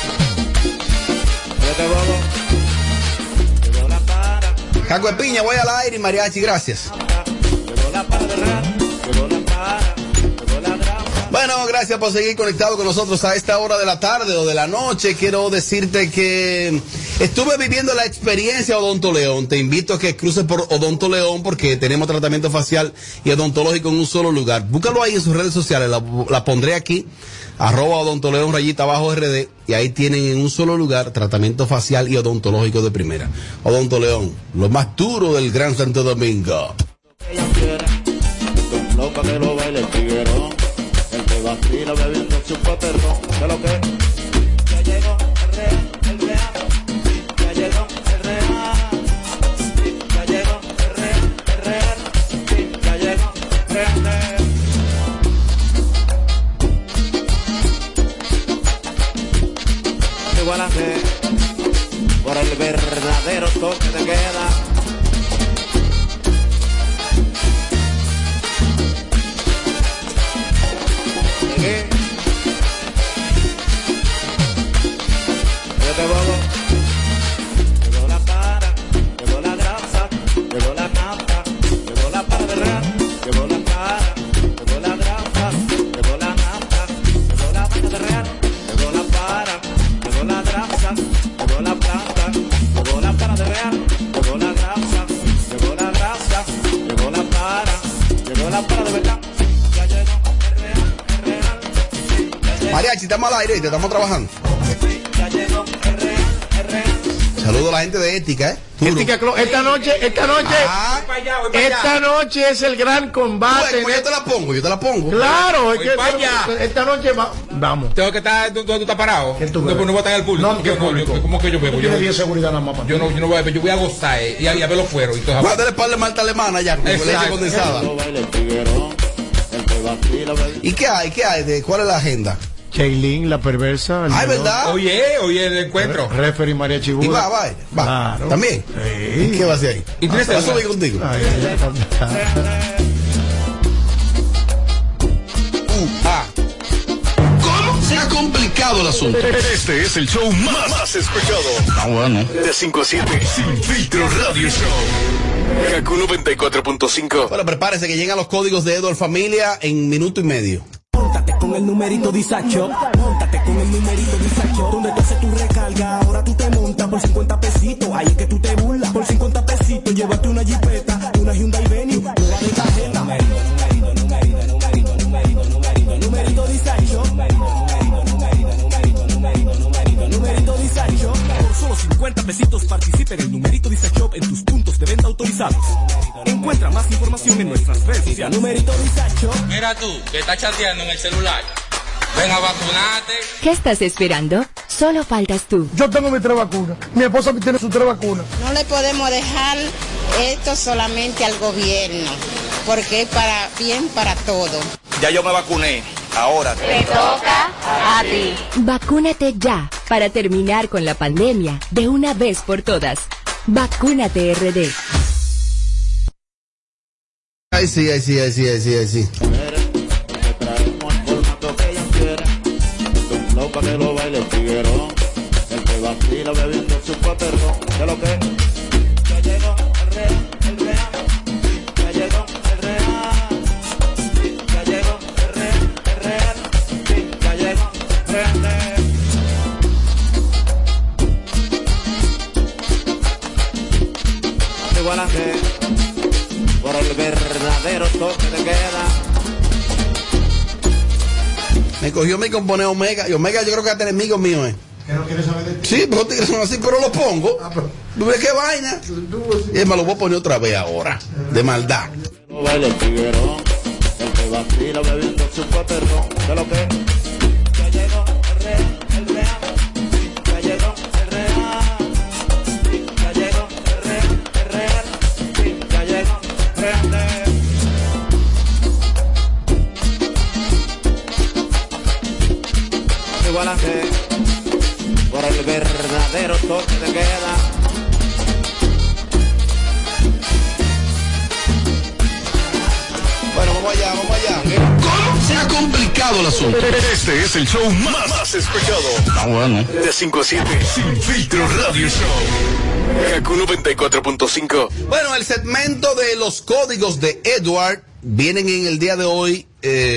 [SPEAKER 21] Yo te bobo, llegó la para.
[SPEAKER 2] Caco de Piña, voy al aire y mariachi, gracias.
[SPEAKER 21] Llegó la para de real, llegó la para, llegó la grasa.
[SPEAKER 2] Bueno, gracias por seguir conectado con nosotros a esta hora de la tarde o de la noche. Quiero decirte que estuve viviendo la experiencia Odonto León. Te invito a que cruces por Odonto León porque tenemos tratamiento facial y odontológico en un solo lugar. Búscalo ahí en sus redes sociales, la pondré aquí, @odontoleón _RD, y ahí tienen en un solo lugar tratamiento facial y odontológico de primera. Odonto León, lo más duro del Gran Santo Domingo.
[SPEAKER 21] Loca que lo baile el tiguerón. Vacila bebiendo su paterno, ¿qué lo que? Ya llegó el real, ya llegó el real, ya llegó el real, ya llegó el real. Igual a fe, por el verdadero toque de queda. Yo te bobo. Llegó la para, llegó la grasa, llegó la nafta, llegó la para de real, llegó la para, llegó la grasa, llegó la nafta, llegó la para de real, llegó la para, llegó la grasa, llegó la plata, llegó la para de real, llegó la grasa, llegó la grasa, llegó la para de verdad. Ya llegó el real.
[SPEAKER 2] Mariachi, estamos al aire y te estamos trabajando. Saludo a la gente de Ética,
[SPEAKER 17] Ética Club. Esta noche es el gran combate.
[SPEAKER 2] Pues yo te la pongo.
[SPEAKER 17] Claro, es que esta noche vamos.
[SPEAKER 3] Tengo que estar donde tú estás parado.
[SPEAKER 17] Después
[SPEAKER 3] no voy a estar en el público.
[SPEAKER 17] No,
[SPEAKER 3] ¿Cómo que yo bebo?
[SPEAKER 17] Yo no seguridad nada más.
[SPEAKER 3] Yo no voy a beber, yo voy a gozar y a ver los fueros.
[SPEAKER 2] Guárdale par de malta alemana ya, con leche condensada. ¿Y qué hay? ¿Cuál es la agenda?
[SPEAKER 17] Chaylin, la perversa.
[SPEAKER 2] Ay, ¿verdad?
[SPEAKER 3] Oye, el encuentro.
[SPEAKER 17] Referee María Chibura.
[SPEAKER 2] Y va. Claro. ¿También? Sí. ¿Y qué va a hacer ahí?
[SPEAKER 3] ¿Y tienes
[SPEAKER 2] eso voy contigo? ¿Cómo se ha complicado el asunto?
[SPEAKER 14] Este es el show más escuchado.
[SPEAKER 2] Ah, bueno.
[SPEAKER 14] De 5 a 7, Sin Filtro Radio Show. Kaku 94.5.
[SPEAKER 2] Bueno, prepárese que llegan los códigos de Edward Familia en minuto y medio.
[SPEAKER 4] Móntate con el numerito Disacho. Móntate con el numerito Disacho. Donde tú haces tu recarga, ahora tú te montas por 50 pesitos. Ahí es que tú te burlas. Por 50 pesitos, llévate una jipeta, una Hyundai Venue, nueva de tarjeta. Numerito Disacho. Numerito Disacho. Por solo 50 pesitos participa en el numerito Disacho en tus puntos de venta autorizados. Encuentra más información en nuestras redes sociales. Numerito Disacho.
[SPEAKER 5] Mira tú, que estás chateando en el celular. Ven a vacunarte.
[SPEAKER 6] ¿Qué estás esperando? Solo faltas tú.
[SPEAKER 7] Yo tengo mis 3 vacunas. Mi esposa tiene sus 3 vacunas.
[SPEAKER 8] No le podemos dejar esto solamente al gobierno, porque es para bien para todo.
[SPEAKER 9] Ya yo me vacuné. Ahora
[SPEAKER 6] te toca a ti. Vacúnate ya para terminar con la pandemia de una vez por todas. Vacúnate RD.
[SPEAKER 2] Ay, sí.
[SPEAKER 21] pa' que lo baile el tiguerón. El que vacila bebiendo su paperrón. ¿Qué lo que? Ya llegó el real, el real. Ya llegó el real. Ya llegó el real, el real. Sí, ya llegó el real. Igual a que por el verdadero toque de queda.
[SPEAKER 2] Me cogió mi componer Omega. Y Omega yo creo que va a tener amigos míos,
[SPEAKER 17] ¿Qué no quieres saber de ti?
[SPEAKER 2] Sí, pero los tigres son así, pero lo pongo. ¿Tú ves qué vaina? Y me lo voy a poner otra vez ahora. De maldad.
[SPEAKER 21] No baila el tiguerón. El que vacila bebiendo su paperrón. ¿Qué lo que? Ya llegó el real, el real. Ya llegó el real. Ya llegó el real, el real. Sí, ya llegó el real. Igual a que por el verdadero toque de queda.
[SPEAKER 2] Bueno, vamos allá, vamos allá. ¿Cómo se ha complicado el asunto?
[SPEAKER 14] Este es el show más escuchado.
[SPEAKER 2] Ah, bueno.
[SPEAKER 14] De 5 a 7, Sin Filtro Radio Show. Kaku 94.5.
[SPEAKER 2] Bueno, el segmento de los códigos de Edward vienen en el día de hoy.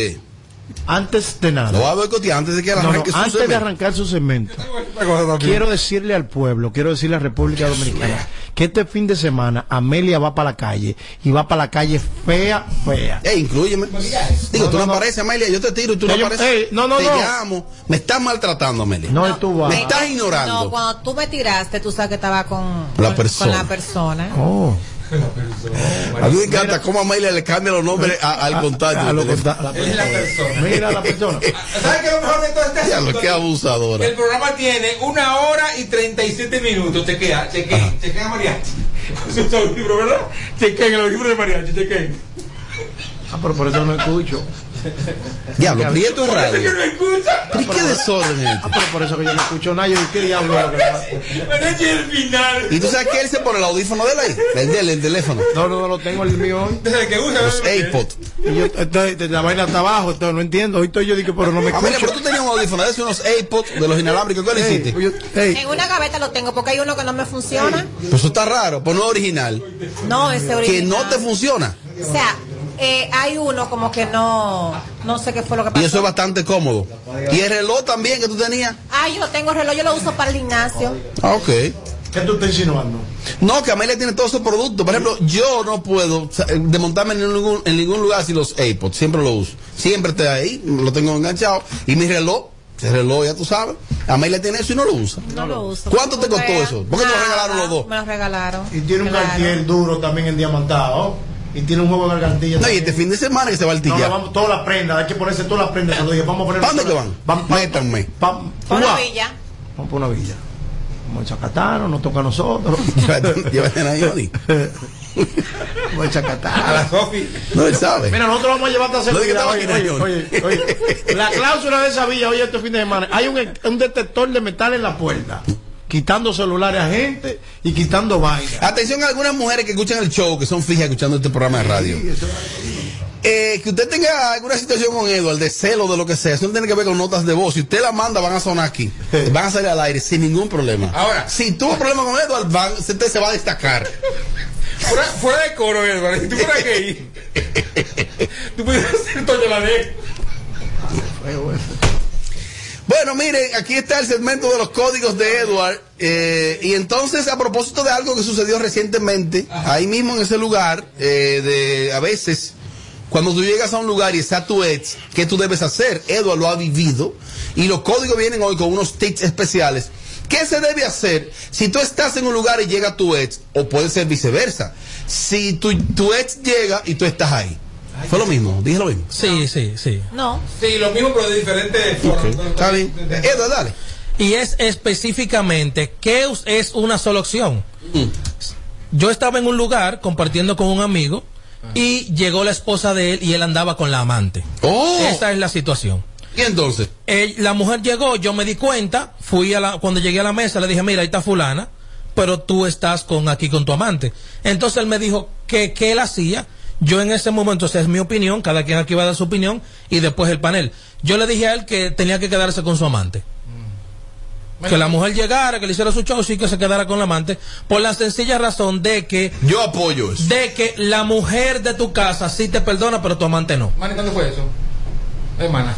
[SPEAKER 17] Antes de nada.
[SPEAKER 2] Lo voy a boicotear antes de que arranque su
[SPEAKER 17] antes
[SPEAKER 2] segmento.
[SPEAKER 17] de arrancar su segmento. Quiero decirle al pueblo, quiero decirle a la República Dominicana que este fin de semana Amelia va para la calle y va para la calle fea.
[SPEAKER 2] Inclúyeme. Digo, tú no apareces, Amelia, yo te tiro y tú no apareces. Te llamo. Me estás maltratando, Amelia.
[SPEAKER 17] No, tú vas.
[SPEAKER 2] Me estás ignorando.
[SPEAKER 16] No, cuando tú me tiraste, tú sabes que estaba con
[SPEAKER 2] la persona.
[SPEAKER 17] Oh.
[SPEAKER 2] A mí me encanta cómo Amelia le cambia los nombres al contacto.
[SPEAKER 3] Es la persona.
[SPEAKER 17] Mira la persona.
[SPEAKER 3] ¿Sabes qué es lo mejor de todo este asunto?
[SPEAKER 2] Ya, qué abusadora.
[SPEAKER 3] El programa tiene 1 hora y 37 minutos. Chequea mariachi. Eso es un libro, ¿verdad? Chequeen los libros de mariachi, chequeen.
[SPEAKER 17] Pero por eso no escucho.
[SPEAKER 2] Diablo, Prieto es radio.
[SPEAKER 3] ¿Por eso que no escucha?
[SPEAKER 2] ¿Y qué desorden es esto?
[SPEAKER 17] Pero por eso que yo no escucho nada. Yo, ¿qué diablo es lo que pasa?
[SPEAKER 3] Mariachi es el final.
[SPEAKER 2] ¿Y tú sabes que él se pone el audífono de él ahí? El teléfono.
[SPEAKER 17] No lo tengo el mío hoy.
[SPEAKER 3] Desde que usa
[SPEAKER 2] los AirPods.
[SPEAKER 17] Y yo, la vaina está abajo, entonces no entiendo. Hoy estoy yo digo, pero no me escucho.
[SPEAKER 2] Amelia, pero tú tenías un audífono de esos, unos AirPods de los inalámbricos. ¿Qué le hiciste?
[SPEAKER 16] En una gaveta lo tengo porque hay uno que no me funciona.
[SPEAKER 2] Pues eso está raro, pues no es original.
[SPEAKER 16] No, ese original.
[SPEAKER 2] Que no te funciona.
[SPEAKER 16] O sea, hay uno como que no sé qué fue lo que pasó.
[SPEAKER 2] Y eso es bastante cómodo. ¿Y el reloj también que tú tenías?
[SPEAKER 16] Yo tengo reloj, yo lo uso para el gimnasio.
[SPEAKER 2] Ok.
[SPEAKER 17] ¿Qué tú estás insinuando?
[SPEAKER 2] No, que Amelia tiene todos esos productos. Por ejemplo, yo no puedo desmontarme en ningún lugar sin los AirPods. Siempre lo uso. Siempre estoy ahí, lo tengo enganchado. Y mi reloj, ese reloj ya tú sabes, Amelia tiene eso y no lo usa.
[SPEAKER 16] No lo uso.
[SPEAKER 2] ¿Cuánto te costó eso? ¿Por qué te lo regalaron los dos?
[SPEAKER 16] Me lo regalaron.
[SPEAKER 17] Y tiene un Cartier duro también en diamantado. Y tiene un juego de gargantilla.
[SPEAKER 2] No, y este fin de semana que se va al tillar.
[SPEAKER 17] No, vamos todas las prendas, hay que ponerse todas las prendas. Vamos a poner.
[SPEAKER 2] ¿Para dónde que van? Métanme.
[SPEAKER 16] Por una villa.
[SPEAKER 17] Vamos por una villa. Como el Chacatano, nos toca a nosotros.
[SPEAKER 2] Llévate a Johnny.
[SPEAKER 17] Como el Chacatano.
[SPEAKER 3] A la Sofi.
[SPEAKER 2] No, él sabe.
[SPEAKER 17] Mira, nosotros vamos a llevarte a hacer.
[SPEAKER 2] Oye.
[SPEAKER 17] La cláusula de esa villa, oye, este fin de semana, hay un detector de metal en la puerta. Quitando celulares a gente y quitando vainas.
[SPEAKER 2] Atención a algunas mujeres que escuchan el show, que son fijas escuchando este programa de radio. Que usted tenga alguna situación con Edward, de celo, de lo que sea, eso no tiene que ver con notas de voz. Si usted la manda, van a sonar aquí. Van a salir al aire sin ningún problema.
[SPEAKER 3] Ahora,
[SPEAKER 2] si tuvo problema con Edward, usted se va a destacar.
[SPEAKER 3] Fuera de coro, Edward. Si tú fueras gay, tú puedes hacer Toño la de.
[SPEAKER 2] Bueno, miren, aquí está el segmento de los códigos de Edward. Y entonces, a propósito de algo que sucedió recientemente, ahí mismo en ese lugar, a veces, cuando tú llegas a un lugar y está tu ex, ¿qué tú debes hacer? Edward lo ha vivido. Y los códigos vienen hoy con unos tips especiales. ¿Qué se debe hacer si tú estás en un lugar y llega tu ex? O puede ser viceversa. Si tu ex llega y tú estás ahí. ¿Fue lo mismo? ¿Dije lo mismo?
[SPEAKER 1] Sí.
[SPEAKER 16] No.
[SPEAKER 3] Sí, lo mismo, pero de diferentes formas.
[SPEAKER 2] Está bien. Edward, dale.
[SPEAKER 1] Y es específicamente, ¿qué es una sola opción? Yo estaba en un lugar compartiendo con un amigo y llegó la esposa de él y él andaba con la amante. Esta es la situación.
[SPEAKER 2] ¿Y entonces?
[SPEAKER 1] La mujer llegó, yo me di cuenta, cuando llegué a la mesa le dije, mira, ahí está fulana, pero tú estás aquí con tu amante. Entonces él me dijo que él hacía. Yo en ese momento, esa es mi opinión, cada quien aquí va a dar su opinión, y después el panel. Yo le dije a él que tenía que quedarse con su amante. Que la mujer llegara, que le hiciera su show, sí, que se quedara con la amante, por la sencilla razón de que...
[SPEAKER 2] Yo apoyo eso.
[SPEAKER 1] De que la mujer de tu casa sí te perdona, pero tu amante no.
[SPEAKER 3] Mani, ¿cuándo fue eso? Hermana.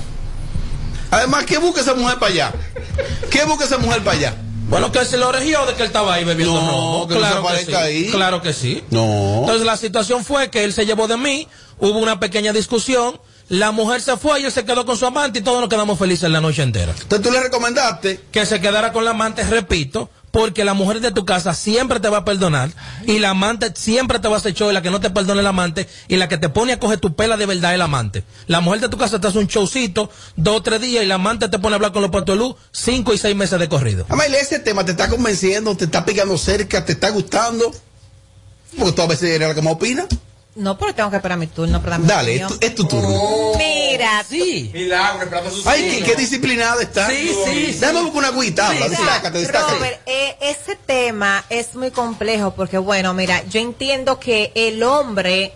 [SPEAKER 2] Además, ¿qué busca esa mujer para allá? ¿Qué busca esa mujer para allá?
[SPEAKER 1] Bueno, que se lo regió de que él estaba ahí bebiendo romo.
[SPEAKER 2] Que claro, no se que sí. Ahí.
[SPEAKER 1] Claro que sí.
[SPEAKER 2] No.
[SPEAKER 1] Entonces la situación fue que él se llevó de mí, hubo una pequeña discusión, la mujer se fue y él se quedó con su amante y todos nos quedamos felices la noche entera.
[SPEAKER 2] Entonces tú le recomendaste
[SPEAKER 1] que se quedara con la amante, repito, porque la mujer de tu casa siempre te va a perdonar y la amante siempre te va a hacer show, y la que no te perdone el amante y la que te pone a coger tu pela de verdad es el amante. La mujer de tu casa te hace un showcito 2 o 3 días y la amante te pone a hablar con los puertos de luz 5 y 6 meses de corrido.
[SPEAKER 2] Amaile, ese tema te está convenciendo, te está picando cerca, te está gustando, porque tú a veces eres la que más opina.
[SPEAKER 16] No, pero tengo que esperar mi turno para darme.
[SPEAKER 2] Dale, es tu turno.
[SPEAKER 16] Mira,
[SPEAKER 1] sí.
[SPEAKER 3] Milagro, esperando su
[SPEAKER 2] Ay, qué disciplinada está.
[SPEAKER 1] Sí.
[SPEAKER 2] Dame una agüita, habla, destácate.
[SPEAKER 16] Robert, ese tema es muy complejo porque, bueno, mira, yo entiendo que el hombre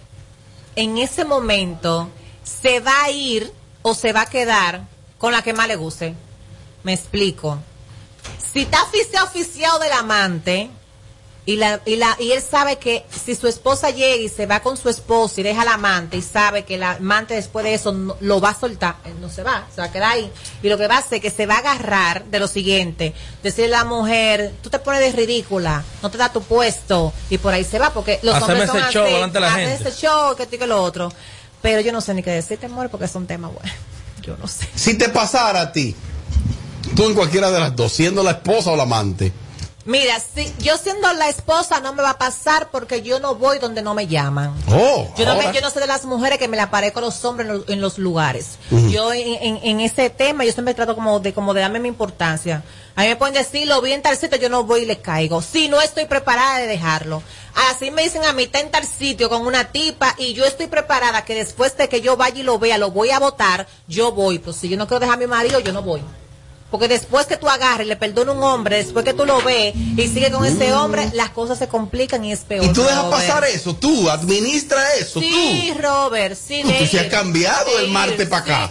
[SPEAKER 16] en ese momento se va a ir o se va a quedar con la que más le guste. Me explico. Si está oficiado del amante... Y él sabe que si su esposa llega y se va con su esposa y deja al amante y sabe que el amante después de eso no, lo va a soltar, él no se va a quedar ahí. Y lo que va a hacer es que se va a agarrar de lo siguiente, decirle a la mujer, tú te pones de ridícula, no te da tu puesto, y por ahí se va, porque los hombres son así, hacen ese show, que lo otro. Pero yo no sé ni qué decirte, amor, porque es un tema bueno. Yo no sé.
[SPEAKER 2] Si te pasara a ti, tú en cualquiera de las dos, siendo la esposa o la amante.
[SPEAKER 16] Mira, si yo siendo la esposa no me va a pasar porque yo no voy donde no me llaman. Yo no sé de las mujeres que me le aparezco a los hombres en los lugares. Yo en ese tema yo siempre trato como de darme mi importancia. A mí me pueden decir, lo vi en tal sitio, yo no voy y le caigo. Si no estoy preparada de dejarlo. Así me dicen a mí, está en tal sitio con una tipa y yo estoy preparada que después de que yo vaya y lo vea, lo voy a votar, yo voy. Pero si yo no quiero dejar a mi marido, yo no voy. Porque después que tú agarres, le perdona un hombre, después que tú lo ves y sigue con ese hombre, las cosas se complican y es peor.
[SPEAKER 2] ¿Y tú dejas pasar eso? ¿Tú administra eso?
[SPEAKER 16] Sí,
[SPEAKER 2] tú.
[SPEAKER 16] Robert, sí.
[SPEAKER 2] Tú se has cambiado el martes para acá.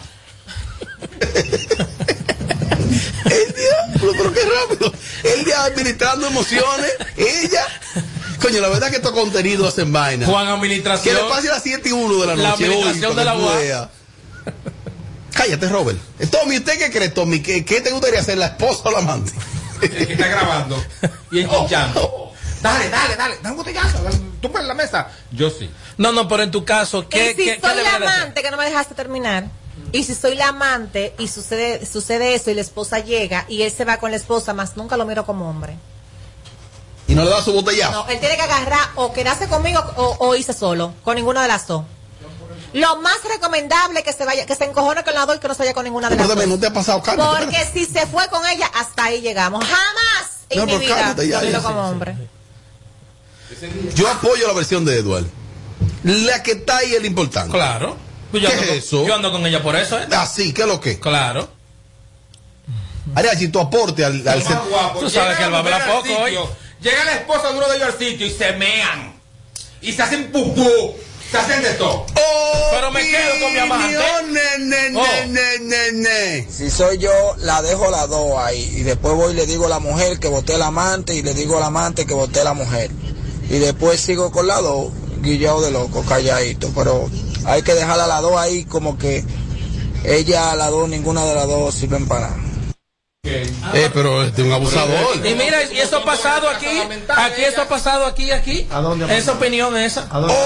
[SPEAKER 2] El diablo, pero qué rápido. El día administrando emociones, ella... Coño, la verdad que estos contenidos hacen vaina.
[SPEAKER 1] Juan, administración.
[SPEAKER 2] Que le pase a las 7:01 de la noche.
[SPEAKER 1] La administración de la UA.
[SPEAKER 2] Cállate, Robert. Tommy, ¿usted qué cree, Tommy? ¿Qué te gustaría ser, la esposa o la amante?
[SPEAKER 3] El que está grabando y enchichando. Dale, un botellazo. Tú en la mesa. Yo sí.
[SPEAKER 1] No, pero en tu caso, ¿qué?
[SPEAKER 16] Y si soy la amante, que no me dejaste terminar. Y si soy la amante y sucede eso y la esposa llega y él se va con la esposa, más nunca lo miro como hombre.
[SPEAKER 2] ¿Y no le da su botellazo?
[SPEAKER 16] No, él tiene que agarrar o quedarse conmigo o irse solo, con ninguna de las dos. Lo más recomendable es que se encojone con la dos y que no se vaya con ninguna de las dos.
[SPEAKER 2] No te ha pasado, cálmate.
[SPEAKER 16] Porque si se fue con ella, hasta ahí llegamos. Jamás en mi vida lo miro como hombre.
[SPEAKER 2] Yo apoyo la versión de Edward. La que está ahí es lo importante.
[SPEAKER 1] Claro.
[SPEAKER 2] ¿Qué es eso?
[SPEAKER 1] Yo ando con ella por eso, ¿eh?
[SPEAKER 2] Así, ¿qué es lo que?
[SPEAKER 1] Claro.
[SPEAKER 2] Ariachi, tu aporte al set.
[SPEAKER 1] Tú sabes que él va a hablar poco hoy.
[SPEAKER 3] Llega la esposa de uno de ellos al sitio y se mean. Y se hacen pupú. Se hacen de todo.
[SPEAKER 1] Pero me quedo con mi amante.
[SPEAKER 11] Si soy yo, la dejo las dos ahí. Y después voy y le digo a la mujer que voté el amante. Y le digo al amante que voté la mujer. Y después sigo con las dos, guillado de loco, calladito. Pero hay que dejarla a las dos ahí como que ella, las dos, ninguna de las dos sirven para nada.
[SPEAKER 2] Pero es un abusador.
[SPEAKER 1] Y mira, y eso ha pasado aquí. Aquí eso ha pasado aquí.
[SPEAKER 17] ¿A dónde?
[SPEAKER 1] Esa opinión esa.
[SPEAKER 17] ¿A dónde?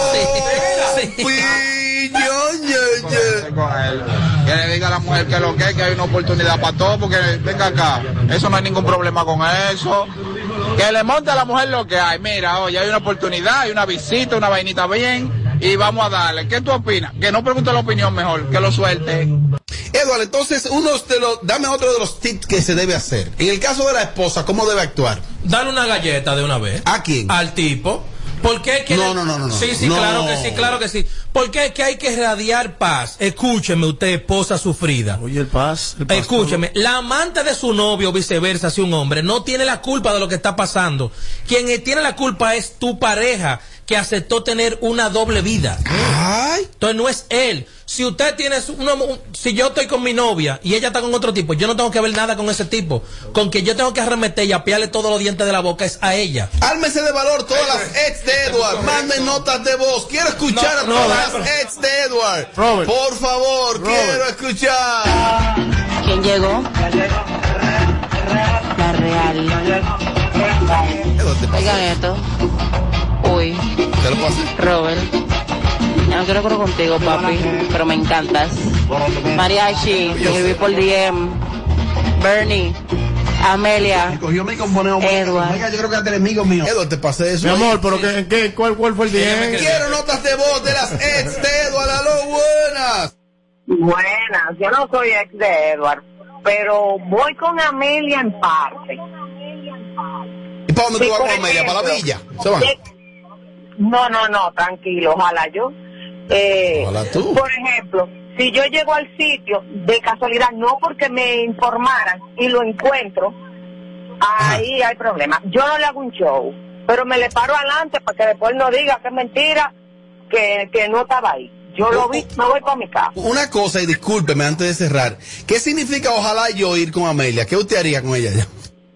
[SPEAKER 11] Que le diga a la mujer que lo que hay una oportunidad para todo, porque venga acá, eso no hay ningún problema con eso. Que le monte a la mujer lo que hay. Mira, oye, hay una oportunidad, hay una visita, una vainita bien, y vamos a darle. ¿Qué tú opinas? Que no pregunte la opinión mejor, que lo suelte.
[SPEAKER 2] Eduardo, entonces dame otro de los tips que se debe hacer. En el caso de la esposa, ¿cómo debe actuar?
[SPEAKER 1] Dale una galleta de una vez.
[SPEAKER 2] ¿A quién?
[SPEAKER 1] Al tipo. ¿Por qué?
[SPEAKER 2] No.
[SPEAKER 1] Sí, claro que sí. ¿Por qué? Que hay que irradiar paz. Escúcheme usted, esposa sufrida.
[SPEAKER 17] Oye, el paz.
[SPEAKER 1] Escúcheme, la amante de su novio o viceversa, si un hombre, no tiene la culpa de lo que está pasando. Quien tiene la culpa es tu pareja, que aceptó tener una doble vida.
[SPEAKER 2] Ay.
[SPEAKER 1] Entonces no es él. Si usted tiene si yo estoy con mi novia y ella está con otro tipo, yo no tengo que ver nada con ese tipo. Con que yo tengo que arremeter y apiarle todos los dientes de la boca es a ella.
[SPEAKER 2] Ármese de valor todas las ex de Edward. Manden notas de voz. Quiero escuchar a todas las ex de Edward.
[SPEAKER 17] Robert.
[SPEAKER 2] Por favor, quiero escuchar.
[SPEAKER 20] ¿Quién llegó? La Real. Oigan esto. Uy.
[SPEAKER 2] ¿Qué lo pasa?
[SPEAKER 20] Robert. Ya no quiero correr contigo, papi, pero me encantas. Mariachi, te escribí por DM. Bernie, Amelia, Edward.
[SPEAKER 2] Yo creo que eres amigo mío. Edward, te pasé eso.
[SPEAKER 17] Mi amor, pero ¿cuál fue el DM?
[SPEAKER 2] Quiero notas de voz de las ex de Edward. ¡Aló, buenas!
[SPEAKER 12] Buenas, yo no soy ex de Edward, pero voy con Amelia en parte.
[SPEAKER 2] ¿Y para dónde tú vas con Amelia? ¿Para la villa? ¿Se van?
[SPEAKER 12] No, tranquilo, ojalá yo.
[SPEAKER 2] Ojalá tú.
[SPEAKER 12] Por ejemplo, si yo llego al sitio de casualidad, no porque me informaran y lo encuentro, ahí hay problema. Yo no le hago un show, pero me le paro adelante para que después no diga que es mentira, que no estaba ahí. Yo lo vi, me voy para mi casa.
[SPEAKER 2] Una cosa, y discúlpeme antes de cerrar, ¿qué significa ojalá yo ir con Amelia? ¿Qué usted haría con ella ya?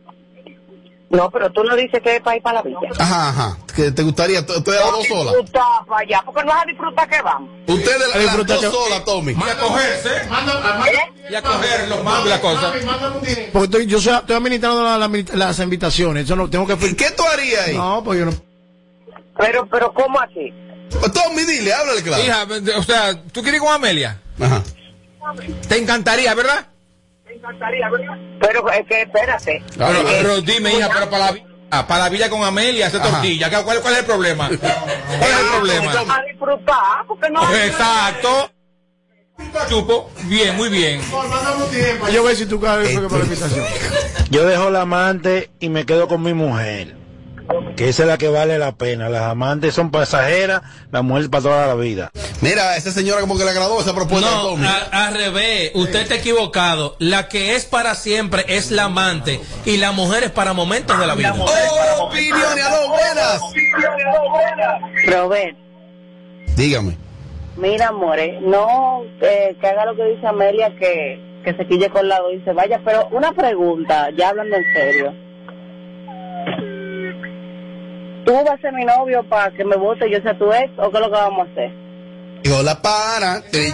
[SPEAKER 12] No, pero tú no dices que es para ir para la villa.
[SPEAKER 2] Ajá. ¿Que te gustaría? ¿Usted a las dos solas?
[SPEAKER 12] Para allá, porque no vas a disfrutar que vamos.
[SPEAKER 2] Usted de las dos solas, Tommy.
[SPEAKER 3] Y a cogerse. Y a coger los mangos y la cosa.
[SPEAKER 17] Porque yo estoy administrando las invitaciones. Eso no tengo que.
[SPEAKER 2] ¿Qué tú harías ahí?
[SPEAKER 17] No, pues yo no.
[SPEAKER 12] Pero ¿cómo así?
[SPEAKER 2] Tommy, dile, háblale claro.
[SPEAKER 3] Hija, o sea, ¿tú quieres ir con Amelia?
[SPEAKER 2] Ajá.
[SPEAKER 3] Te encantaría, ¿verdad?
[SPEAKER 12] Pero es que espérate.
[SPEAKER 3] Pero dime, hija, pero para la villa con Amelia, hacer tortilla. ¿Cuál es el problema? ¿Cuál es el problema?
[SPEAKER 12] A disfrutar, porque no.
[SPEAKER 3] Exacto. Chupo, bien, muy bien.
[SPEAKER 17] Yo voy a decir tu cara para la invitación.
[SPEAKER 22] Yo dejo la amante y me quedo con mi mujer, que esa es la que vale la pena. Las amantes son pasajeras, la mujer para toda la vida.
[SPEAKER 2] Mira, esa señora como que le agradó esa propuesta de Tommy.
[SPEAKER 1] Al revés, usted está equivocado. La que es para siempre es la amante y la mujer es para momentos de la vida.
[SPEAKER 2] Opiniones, a lo buenas.
[SPEAKER 12] Robert.
[SPEAKER 2] Dígame.
[SPEAKER 12] Mira, amores, no que haga lo que dice Amelia, que se quille con lado y se vaya. Pero una pregunta, ya hablando en serio. ¿Tú vas a ser mi novio para que me vote y yo sea tu ex o qué es lo que vamos a hacer?
[SPEAKER 2] Llegó la para, llegó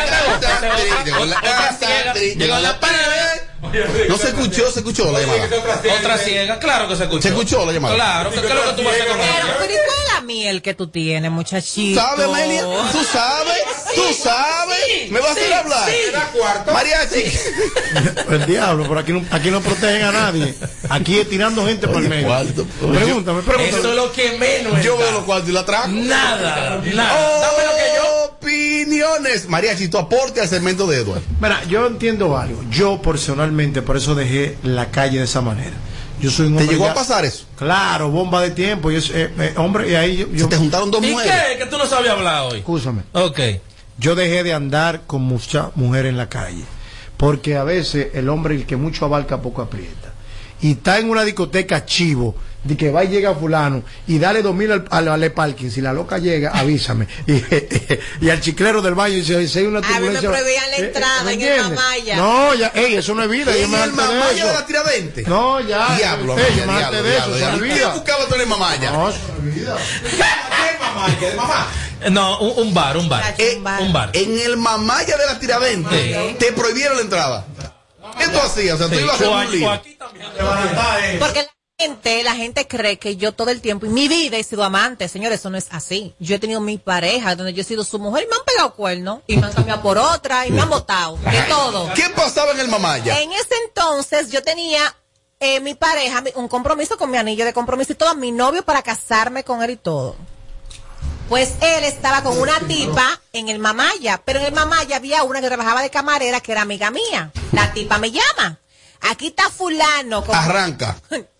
[SPEAKER 2] la casa, llegó la para. No se escuchó la llamada.
[SPEAKER 1] Otra ciega, claro que se escuchó.
[SPEAKER 2] Se escuchó la llamada.
[SPEAKER 1] Claro, ¿qué es lo que tú vas a hacer con ella?
[SPEAKER 16] Pero ¿y cuál es la miel que tú tienes, muchachito?
[SPEAKER 2] ¿Sabes, Amelia? ¿Tú sabes? ¿Me vas a hacer hablar? Mariachi.
[SPEAKER 17] El diablo, pero aquí no protegen a nadie. Aquí es tirando gente por el medio. Pregúntame.
[SPEAKER 1] Eso es lo que menos.
[SPEAKER 2] Yo veo los cuartos y la trajo.
[SPEAKER 1] Nada.
[SPEAKER 2] Dame lo que yo. Opiniones. Mariachi, tu aporte al segmento de Edward.
[SPEAKER 17] Mira, yo entiendo algo. Yo personalmente, por eso dejé la calle de esa manera. Yo soy un hombre.
[SPEAKER 2] ¿Te llegó a pasar eso?
[SPEAKER 17] Claro, bomba de tiempo. Yo, hombre, y ahí yo.
[SPEAKER 2] Se te juntaron dos mujeres.
[SPEAKER 1] ¿Y qué? Que tú no sabías hablar hoy.
[SPEAKER 17] Escúchame.
[SPEAKER 1] Ok.
[SPEAKER 17] Yo dejé de andar con muchas mujeres en la calle. Porque a veces el hombre, el que mucho abarca, poco aprieta. Y está en una discoteca chivo, de que va y llega fulano, y dale 2,000 al parking. Si la loca llega, avísame. Y al chiclero del baño, si hay una turbulencia.
[SPEAKER 16] A mí me prohibían la entrada en el Mamaya.
[SPEAKER 17] No, ya, eso no es vida.
[SPEAKER 2] ¿En el Mamaya de la Tiradentes?
[SPEAKER 17] No, ya.
[SPEAKER 2] Diablo, ¿qué buscaba tú en el Mamaya?
[SPEAKER 17] No, eso no es vida.
[SPEAKER 3] ¿Qué Mamaya? ¿De mamá?
[SPEAKER 1] No, un bar. Un bar.
[SPEAKER 2] En el Mamaya de la Tiradentes te prohibieron la entrada. ¿Qué tú hacías? O sea, tú ibas a hacer un lío.
[SPEAKER 16] Porque la gente cree que yo todo el tiempo, y mi vida he sido amante, señores, eso no es así. Yo he tenido mi pareja, donde yo he sido su mujer, y me han pegado cuernos, y me han cambiado por otra, y me han botado, de todo.
[SPEAKER 2] ¿Qué pasaba en el Mamaya?
[SPEAKER 16] En ese entonces, yo tenía mi pareja, un compromiso con mi anillo de compromiso y todo, mi novio para casarme con él y todo. Pues él estaba con una tipa en el Mamaya, pero en el Mamaya había una que trabajaba de camarera que era amiga mía. La tipa me llama. Aquí está fulano.
[SPEAKER 2] Arranca.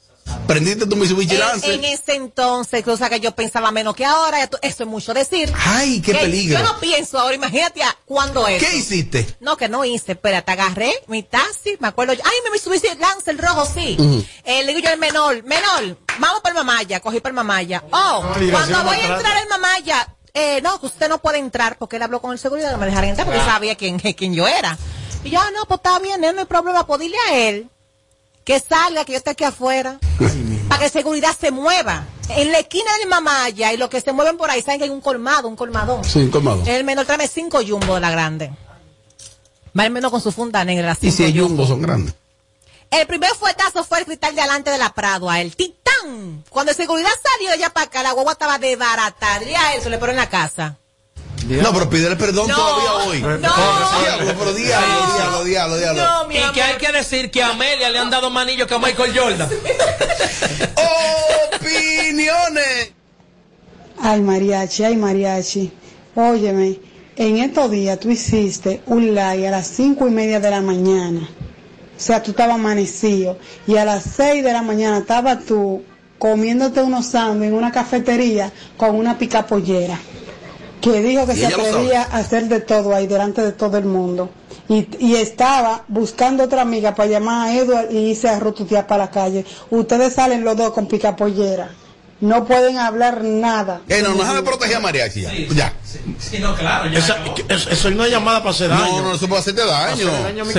[SPEAKER 2] Prendiste tu Mitsubishi Lancer.
[SPEAKER 16] En ese entonces, cosa que yo pensaba menos que ahora, eso es mucho decir.
[SPEAKER 2] Ay, qué peligro.
[SPEAKER 16] Yo no pienso ahora, imagínate cuándo es.
[SPEAKER 2] ¿Qué hiciste?
[SPEAKER 16] No, que no hice, espérate, agarré mi taxi, me acuerdo, ay, me Mitsubishi Lancer rojo, sí. Le digo yo al menor, vamos para el Mamaya, cogí para el Mamaya. Cuando voy a entrar al Mamaya, no, que usted no puede entrar, porque él habló con el seguridad que me dejaran entrar, porque sabía quién yo era. Y yo, no, pues está bien, no hay problema, pues dile a él que salga, que yo esté aquí afuera, para que seguridad se mueva. En la esquina del Mamaya, y los que se mueven por ahí, saben que hay un colmadón.
[SPEAKER 2] Sí, un colmado.
[SPEAKER 16] El menor trae 5 jumbo de la grande. Va el menor con su funda negra.
[SPEAKER 2] Y si hay jumbo son grandes.
[SPEAKER 16] El primer fuetazo fue el cristal de adelante de la Prado a él. ¡Titán! Cuando el seguridad salió de allá para acá, la guagua estaba desbaratada. Y a él se le pone en la casa.
[SPEAKER 2] No, pero pídele perdón todavía hoy. Pero diablo.
[SPEAKER 1] Y que hay que decir que a Amelia le han dado manillo que a Michael Jordan.
[SPEAKER 2] Opiniones.
[SPEAKER 10] Ay, mariachi. Óyeme, en estos días tú hiciste un live a las 5:30 de la mañana. O sea, tú estabas amanecido. Y a las 6 de la mañana estabas tú comiéndote unos sándwiches en una cafetería con una picapollera. Que dijo que se atrevía a hacer de todo ahí delante de todo el mundo. Y estaba buscando otra amiga para llamar a Edward y irse a rotutear para la calle. Ustedes salen los dos con picapollera. No pueden hablar nada.
[SPEAKER 2] No déjame proteger a Mariachi ya.
[SPEAKER 1] Sí, no, claro.
[SPEAKER 17] Eso es una llamada para hacer daño.
[SPEAKER 2] No, eso puede hacerte daño.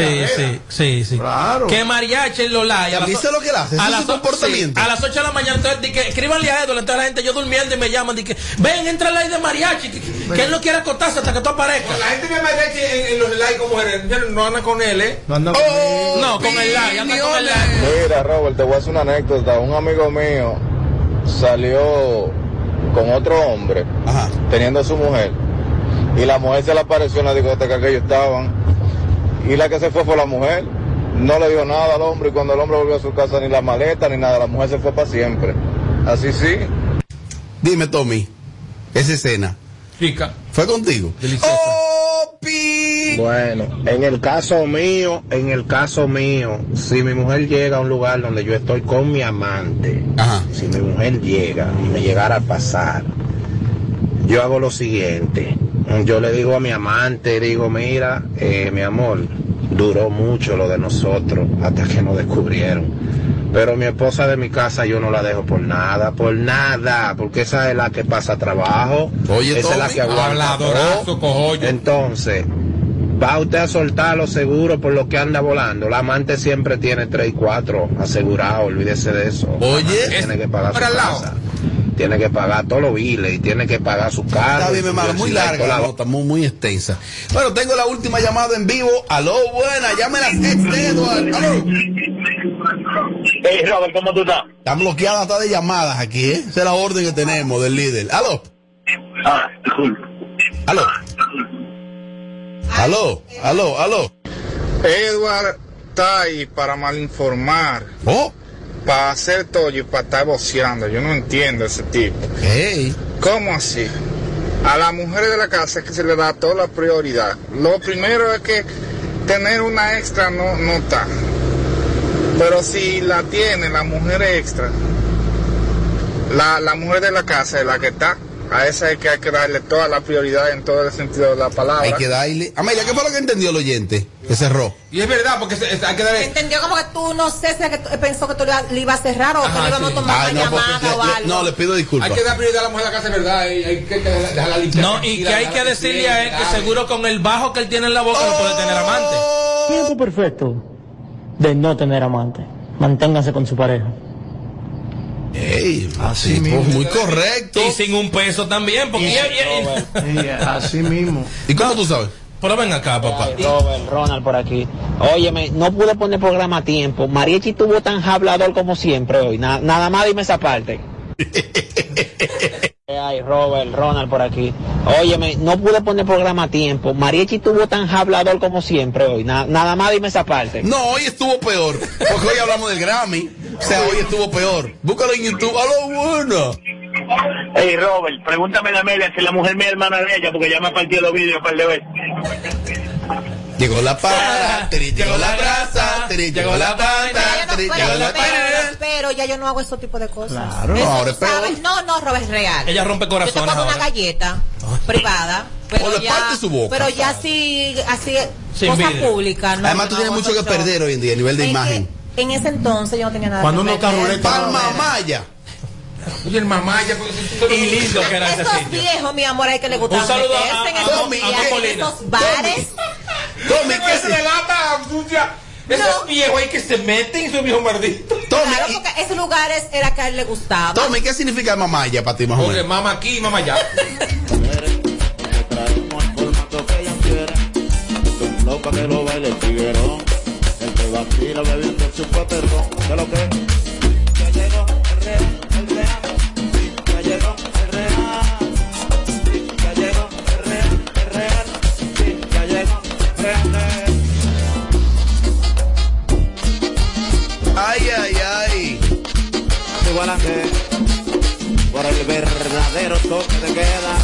[SPEAKER 1] Sí.
[SPEAKER 17] Claro.
[SPEAKER 1] Que Mariachi en los live.
[SPEAKER 2] ¿Viste lo que él hace? Eso es su comportamiento.
[SPEAKER 1] A las 8 de la mañana, entonces, que escríbanle a Edward, entonces la gente, yo durmiendo y me llaman, ven, entra al live de Mariachi, que él no quiere acostarse hasta que tú aparezcas.
[SPEAKER 3] La gente de Mariachi en los live como no anda con él,
[SPEAKER 17] No anda con él.
[SPEAKER 1] No, con el live, anda con el live.
[SPEAKER 18] Mira, Robert, te voy a hacer una anécdota. Un amigo mío salió con otro hombre, teniendo a su mujer, y la mujer se le apareció en la discoteca que ellos estaban, y la que se fue la mujer. No le dio nada al hombre, y cuando el hombre volvió a su casa, ni la maleta ni nada, la mujer se fue para siempre. Así sí.
[SPEAKER 2] Dime, Tommy, esa escena
[SPEAKER 3] rica
[SPEAKER 2] fue contigo.
[SPEAKER 3] Deliciosa.
[SPEAKER 22] Bueno, en el caso mío, si mi mujer llega a un lugar donde yo estoy con mi amante, si mi mujer llega y me llegara a pasar, yo hago lo siguiente. Yo le digo a mi amante, mira, mi amor, duró mucho lo de nosotros hasta que nos descubrieron. Pero mi esposa de mi casa yo no la dejo por nada, porque esa es la que pasa trabajo.
[SPEAKER 2] Oye,
[SPEAKER 22] esa es la que aguanta todo. Entonces, va usted a soltar los seguros por lo que anda volando. La amante siempre tiene 3 y 4 asegurados, olvídese de eso.
[SPEAKER 2] Oye,
[SPEAKER 22] tiene que pagar su casa, tiene que pagar todos los biles y tiene que pagar su carro.
[SPEAKER 2] Está bien, mi hermano, muy larga la nota, muy extensa. Bueno, tengo la última llamada en vivo. Aló, buena, llámela Edward. Aló.
[SPEAKER 23] Hey, Robert, ¿cómo tú estás?
[SPEAKER 2] Está bloqueada hasta de llamadas aquí, Esa es la orden que tenemos del líder. Aló. Aló.
[SPEAKER 24] Edward está ahí para malinformar. Para hacer todo y para estar boceando. Yo no entiendo ese tipo. ¿Cómo así? A las mujeres de la casa es que se le da toda la prioridad. Lo primero es que tener una extra no está. Pero si la tiene la mujer extra, la mujer de la casa es la que está. A esa es que hay que darle toda la prioridad en todo el sentido de la palabra.
[SPEAKER 2] Hay que darle. Amelia, ¿qué fue lo que entendió el oyente? Que cerró.
[SPEAKER 3] Y es verdad, porque hay que darle.
[SPEAKER 16] Entendió como que tú, no sé si pensó que tú le ibas a cerrar o que le íbamos a tomar una llamada o algo.
[SPEAKER 2] No, le pido disculpas.
[SPEAKER 3] Hay que dar prioridad a la mujer de la casa, es verdad. Hay que dejarla limpiar.
[SPEAKER 1] No, y que hay que decirle a él que seguro con el bajo que él tiene en la boca no puede tener amante.
[SPEAKER 25] Tiempo perfecto de no tener amante. Manténgase con su pareja.
[SPEAKER 2] Así mismo. Muy correcto.
[SPEAKER 1] Y sin un peso también, porque
[SPEAKER 17] así mismo.
[SPEAKER 2] ¿Y cómo tú sabes?
[SPEAKER 1] Pero ven acá, papá.
[SPEAKER 26] Robert, Ronald por aquí. Óyeme, no pude poner programa a tiempo. Mariachi tuvo tan hablador como siempre hoy. Nada más dime esa parte. Ay, Robert, Ronald por aquí. Óyeme, no pude poner programa a tiempo. Mariachi tuvo tan hablador como siempre hoy. Nada más dime esa parte.
[SPEAKER 2] No, hoy estuvo peor. Porque hoy hablamos del Grammy. O sea, hoy estuvo peor. Búscalo en YouTube. ¡A lo bueno!
[SPEAKER 23] Hey, Robert, pregúntame a Amelia si la mujer mía es hermana de ella, porque ya me ha partido los vídeos un par de veces.
[SPEAKER 2] Llegó la para, llegó la brasa, llegó la banda, llegó la para.
[SPEAKER 16] Pero ya yo no hago ese tipo de cosas.
[SPEAKER 2] Claro,
[SPEAKER 16] eso,
[SPEAKER 2] ahora es peor.
[SPEAKER 16] No, Robes, real.
[SPEAKER 1] Ella rompe corazones.
[SPEAKER 16] Yo te pongo una galleta privada. Pero
[SPEAKER 2] o le
[SPEAKER 16] ya,
[SPEAKER 2] parte su boca.
[SPEAKER 16] Pero ya así
[SPEAKER 1] sin
[SPEAKER 16] cosa
[SPEAKER 1] vidrio.
[SPEAKER 16] pública. No,
[SPEAKER 2] Además, tú tienes mucho que perder hoy en día a nivel de imagen.
[SPEAKER 16] En ese entonces yo no tenía nada
[SPEAKER 17] Cuando
[SPEAKER 16] que
[SPEAKER 17] uno está
[SPEAKER 16] perder.
[SPEAKER 17] ruleta.
[SPEAKER 2] Palma Maya.
[SPEAKER 3] Oye, el mamaya.
[SPEAKER 1] Y lindo que era ese
[SPEAKER 16] Esos
[SPEAKER 1] sitio.
[SPEAKER 16] viejos, mi amor, hay que le gustar
[SPEAKER 1] Un saludo
[SPEAKER 16] meterse en
[SPEAKER 1] a
[SPEAKER 16] esos
[SPEAKER 2] Tommy,
[SPEAKER 16] viajes,
[SPEAKER 1] a
[SPEAKER 16] en esos bares.
[SPEAKER 2] Tommy,
[SPEAKER 3] ¿Qué se le lata sucia? Esos viejos ahí que se meten, esos viejos malditos.
[SPEAKER 2] Tommy,
[SPEAKER 16] Claro, porque esos lugares era que a él le gustaba.
[SPEAKER 2] Tommy, ¿qué significa Mamaya para ti más o
[SPEAKER 3] Porque
[SPEAKER 2] menos?
[SPEAKER 3] mamá aquí, mamá allá.
[SPEAKER 21] Loca que lo baile el tiguerón, el que vacila bebiendo el chupaterrón, ¿qué lo que? Ya llegó el real, ya llegó el real, ya llegó el real, ya llegó el real.
[SPEAKER 2] Ay, ay, ay.
[SPEAKER 21] Igual antes, por el verdadero toque de queda.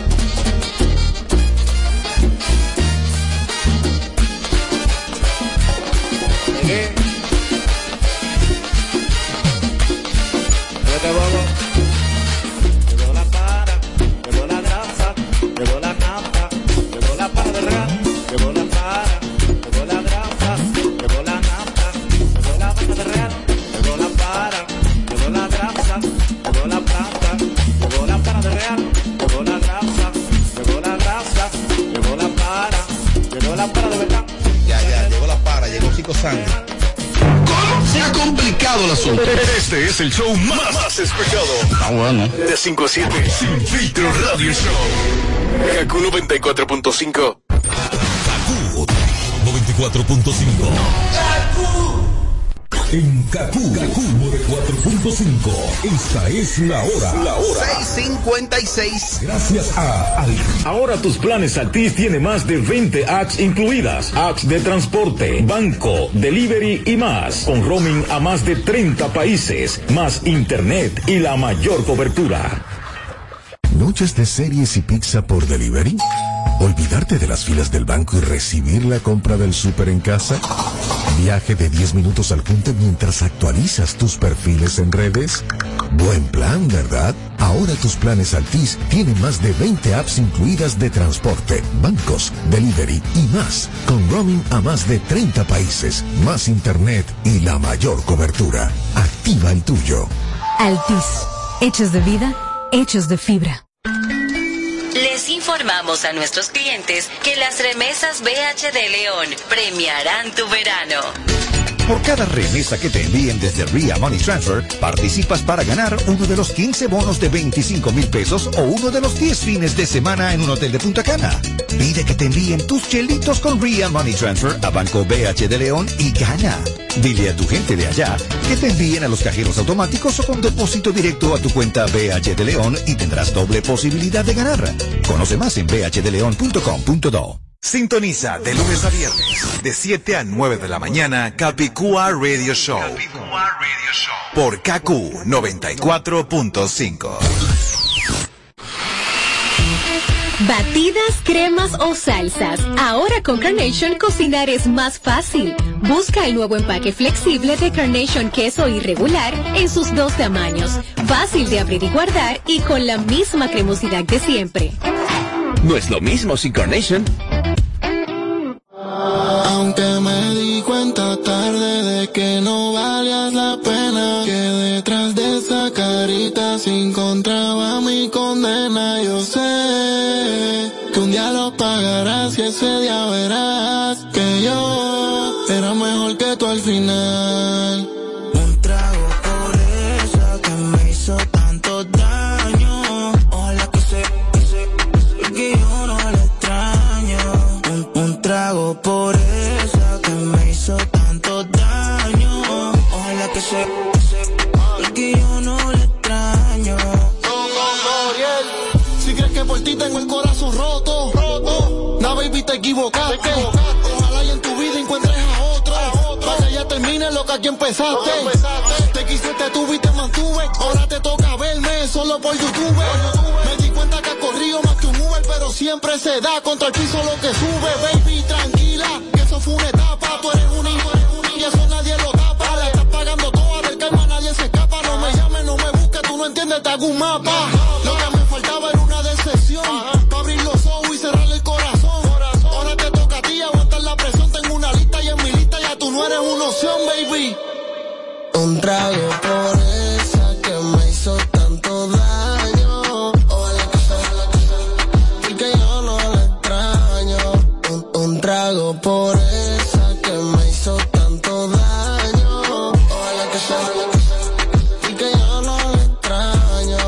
[SPEAKER 21] Llegó la para, llegó la grasa, llegó la nafta, llegó la para de real, llegó la para, llegó la grasa, llegó la nafta, llegó la para de real, llegó la para, llegó la grasa, llegó la plata, llegó la para de real, llegó la grasa, llegó la grasa, llegó la para de verdad.
[SPEAKER 2] Ya, llegó la para, llegó Chico Sangre. ¿Cómo? Se ha complicado el asunto.
[SPEAKER 14] Este es el show más escuchado.
[SPEAKER 2] Ah, bueno.
[SPEAKER 14] De 5 a 7. Sin Filtro Radio Show. Kaku 94.5. Kaku 94.5. En Kaku 94.5. Esta es la hora.
[SPEAKER 2] 6:56.
[SPEAKER 14] Gracias a Altis. Ahora tus planes Altis tiene más de 20 apps incluidas. Apps de transporte, banco, delivery y más. Con roaming a más de 30 países. Más internet y la mayor cobertura.
[SPEAKER 4] ¿Noches de series y pizza por delivery? ¿Olvidarte de las filas del banco y recibir la compra del súper en casa? ¿Viaje de 10 minutos al punto mientras actualizas tus perfiles en redes? Buen plan, ¿verdad? Ahora tus planes Altis tienen más de 20 apps incluidas de transporte, bancos, delivery y más, con roaming a más de 30 países, más internet y la mayor cobertura. Activa el tuyo.
[SPEAKER 5] Altis. Hechos de vida, hechos de fibra.
[SPEAKER 7] Les informamos a nuestros clientes que las remesas BH de León premiarán tu verano.
[SPEAKER 13] Por cada remesa que te envíen desde RIA Money Transfer, participas para ganar uno de los 15 bonos de 25,000 pesos o uno de los 10 fines de semana en un hotel de Punta Cana. Pide que te envíen tus chelitos con RIA Money Transfer a Banco BH de León y gana. Dile a tu gente de allá que te envíen a los cajeros automáticos o con depósito directo a tu cuenta BH de León y tendrás doble posibilidad de ganar. Conoce más en bhdeleon.com.do.
[SPEAKER 15] Sintoniza de lunes a viernes, de 7 a 9 de la mañana, Capicúa Radio Show. Por KQ 94.5.
[SPEAKER 6] Batidas, cremas o salsas. Ahora con Carnation cocinar es más fácil. Busca el nuevo empaque flexible de Carnation queso irregular en sus 2 tamaños. Fácil de abrir y guardar y con la misma cremosidad de siempre.
[SPEAKER 19] No es lo mismo sin Carnation.
[SPEAKER 27] Aunque me di cuenta tarde de que no valías la pena, que detrás de esa carita se encontraba mi condena. Yo sé que un día lo pagarás y ese día verás que yo era mejor que tú al final. Un trago por esa que me hizo tanto daño. Ojalá que que yo no le extraño. Un trago por esa que me hizo tanto daño. Ojalá que que yo no le extraño. Si crees que por ti tengo el corazón roto, no, baby, te equivocaste. Ojalá y en tu vida encuentres a otro, para que ya termine lo que aquí empezaste. Te quise, te tuve y te mantuve. Ahora te toca verme solo por YouTube. Me di cuenta que has corrido más que un Uber, pero siempre se da contra el piso lo que sube. Baby, tranquila, que eso fue una etapa. Tú eres un hijo y eso nadie lo tapa. La estás pagando toda, del calma nadie se escapa. entiendes? Te hago un mapa. Lo que me faltaba era una decepción. Para abrir los ojos y cerrar el corazón. Ahora te toca a ti aguantar la presión. Tengo una lista y en mi lista ya tú no eres una opción, baby. Un trago por esa que me hizo tanto daño. Ojalá que sea, porque yo no la extraño. Un trago por esa que me hizo tanto daño. Ojalá que sea, porque yo no la extraño.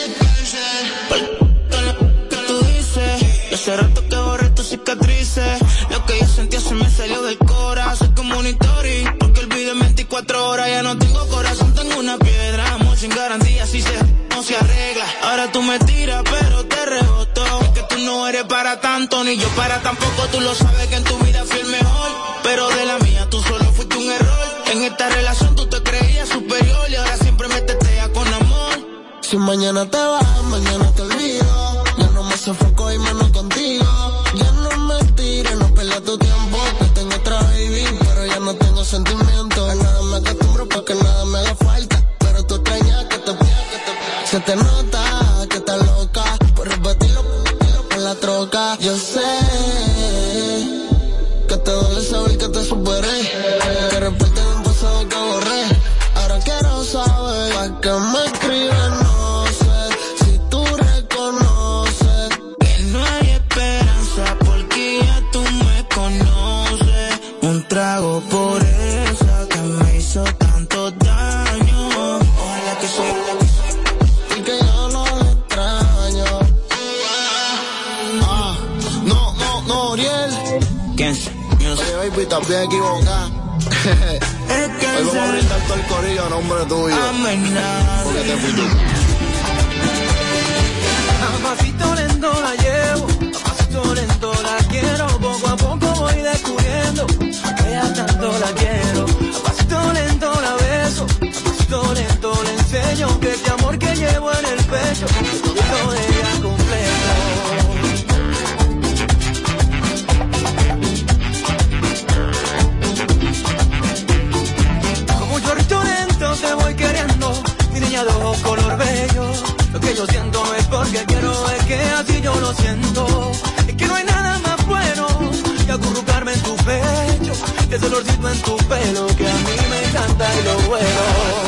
[SPEAKER 27] ¿Qué tú dices? Hace rato que borré tus cicatrices. Lo que yo sentía se me salió del corazón. Soy como un story, porque olvidé 24 horas. Ya no tengo corazón, tengo una piedra. Amor sin garantía, si no se arregla. Ahora tú me tiras, pero te reboto. Es que tú no eres para tanto, ni yo para tampoco. Tú lo sabes que en tu vida fui el mejor, pero de la mía tú solo fuiste un error. En esta relación tú te creías superior y ahora siempre me teteas con amor. Si mañana te vas, mañana te olvido. Ya no me sofoco y menos contigo. Ya no me tires, no pelees tu tiempo. Que tengo otra baby, pero ya no tengo sentimiento. A nada me acostumbro porque nada me haga falta. Pero tú extrañas que te pida, que te pida. Se te nota que estás loca por repetirlo en la troca. Yo sé que te duele saber que te superé, que repite un pasado que borré. Ahora quiero saber a qué me escribes, no sé si tú reconoces que no hay esperanza porque ya tú me conoces. Un trago por esa que me hizo tanto daño. Ojalá que sea, porque yo no la extraño. No, Oriel. ¿Quién se? Oye, baby, también equivocada. Hoy vamos a brindar todo el corillo a nombre tuyo. Porque te fui tú.
[SPEAKER 8] A pasito lento la llevo, a pasito lento la quiero. Poco a poco voy descubriendo que ya tanto la quiero. A pasito lento la beso, a pasito lento le enseño que este amor que llevo en el pecho lo de ella completo. Te voy queriendo, mi niña de ojos color bello. Lo que yo siento no es porque quiero, es que así yo lo siento. Es que no hay nada más bueno que acurrucarme en tu pecho, ese olorcito en tu pelo que a mí me encanta y lo bueno.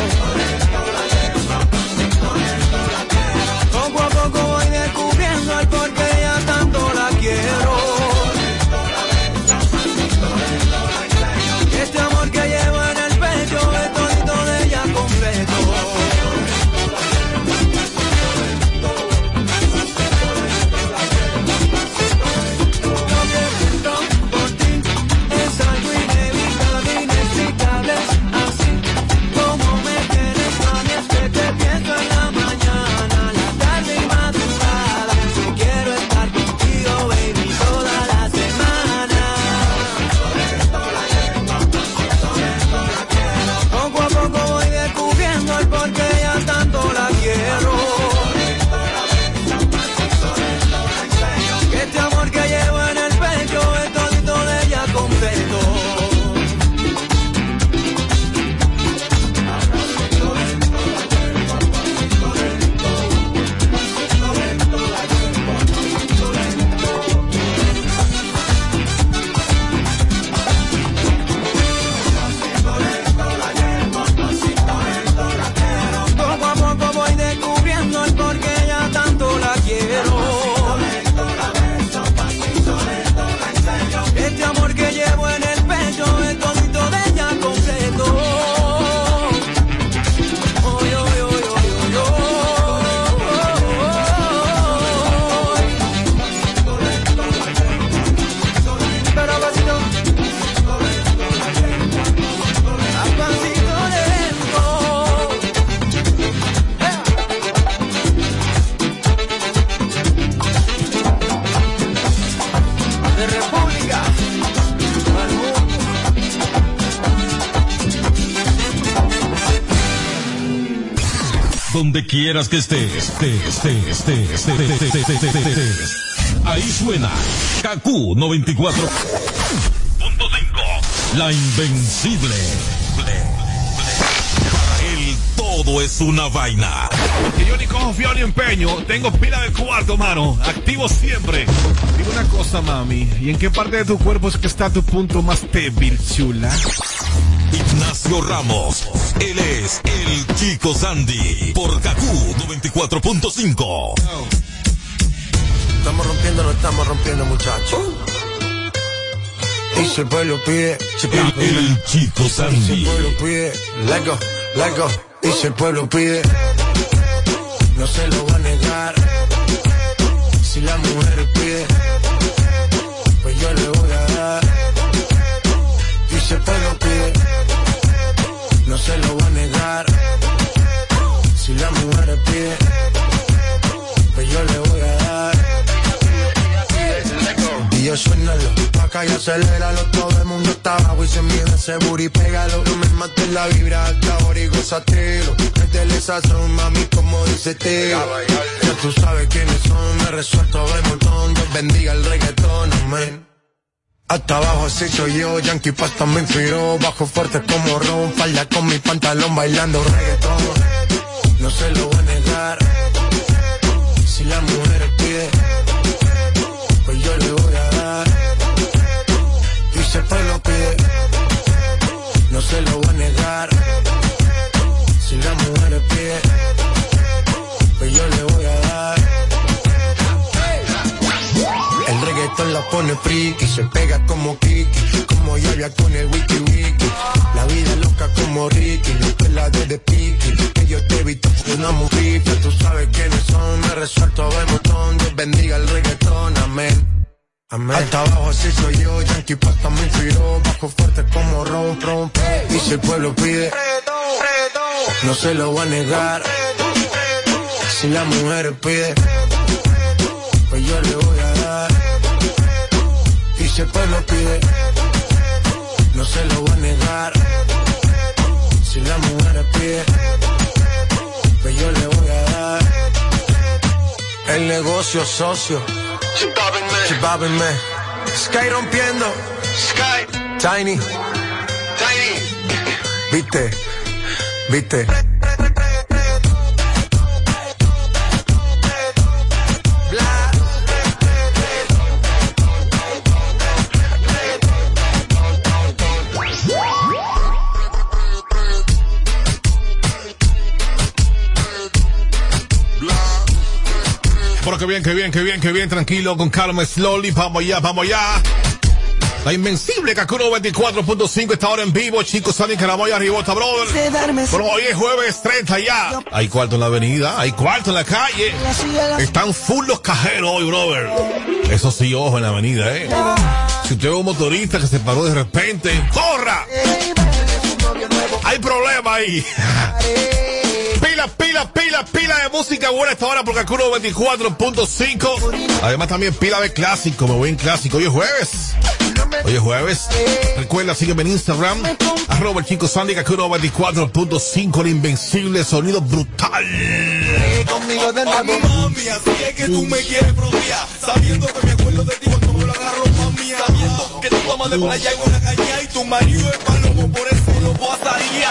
[SPEAKER 8] Poco a poco voy descubriendo el por qué ya tanto la quiero. Este amor que llevo en el pecho es todito de ella completo. Lo que siento por ti es algo inevitable, inexplicable. Así como me tienes a mí es que te pienso en la mañana, la tarde y madrugada. Yo quiero estar contigo, baby, toda la semana. Poco a poco voy descubriendo el por qué ya tanto la quiero. Que este amor que llevo en el pecho es todito de ella completo. Poco a poco voy descubriendo el por qué ya tanto la quiero. Este amor que llevo en el pecho es todito de ella completo. Oy, oy, oy, oy, oy, oy. Pero a pasito lento. De República al mundo.
[SPEAKER 14] Donde quieras que estés, ahí suena KQ 94.5, la invencible, el todo todo es una vaina.
[SPEAKER 9] Que yo ni confío ni empeño. Tengo pila de cuarto, mano. Activo siempre. Dime una cosa, mami. ¿Y en qué parte de tu cuerpo es que está tu punto más débil, chula?
[SPEAKER 14] Ignacio Ramos. Él es el Chico Sandy. Por Kaku 94.5.
[SPEAKER 10] Estamos rompiendo, no estamos rompiendo, muchachos. Y si el pueblo pide,
[SPEAKER 14] el Chico Sandy.
[SPEAKER 10] Y si el pueblo pide, let go. Y si el pueblo pide, no se lo va a negar. Si la mujer pide, pues yo le voy a dar. Y si el pueblo pide, no se lo va a negar. Si la mujer pide, pues yo le voy a dar. Y yo suénalo, pa' acá y aceléralo. Todo el mundo está abajo y se mide ese booty, pégalo. No me mates la vibra hasta ahora y gózatelo. Métele sazón, mami, como dice Teo. Ya tú sabes quiénes son, me resuelto el montón. Dios bendiga el reggaetón, amén. Hasta abajo así soy yo, Yankee Pasta me inspiró. Bajo fuerte como Ron, falda con mi pantalón bailando reggaetón. No se lo voy a negar. Si la mujer pide, pues yo le voy a dar. Y si el pueblo pide, no se lo voy a negar. Si la mujer pide, pues yo le voy a dar. El reggaetón la pone friki, se pega como Kiki, como Yaya con el wiki wiki. La vida loca como Ricky, yo que la de Piki, que yo te he visto una mujer. Tú sabes quiénes son, me resuelto el montón. Dios bendiga el reggaetón, amén. Amén. Hasta abajo así soy yo, Yankee Pasta me inspiró. Bajo fuerte como Ron. Y si el pueblo pide, no se lo va a negar. Si la mujer pide, pues yo le voy a dar. Y si el pueblo pide, no se lo voy a negar. Si la mujer pide, pues yo le voy a dar. El negocio socio, Chibabinme, Sky rompiendo, Sky, Tiny, viste.
[SPEAKER 9] Bueno, que bien, tranquilo, con calma, slowly, vamos allá. La invencible Kaku 94.5 está ahora en vivo, chicos, salen que la voy a ribota, brother. Bueno, hoy es jueves 30 ya. Hay cuarto en la avenida, hay cuarto en la calle. Están full los cajeros hoy, brother. Eso sí, ojo en la avenida, Si usted ve un motorista que se paró de repente, ¡corra! Hay problema ahí. Pila de música buena esta hora por Kaku 94.5. Además también pila de clásico, me voy en clásico. Hoy es jueves. Recuerda, sígueme en Instagram, @ Chico Sandy, Kaku 94.5, el invencible sonido brutal.
[SPEAKER 8] Conmigo de nuevo, mami, así es que tú me quieres propiar. Sabiendo que me acuerdo de ti cuando me lo agarro, mami. Sabiendo que tu mamá de playa en una caña y tu marido es palomo, por eso no puedo salir.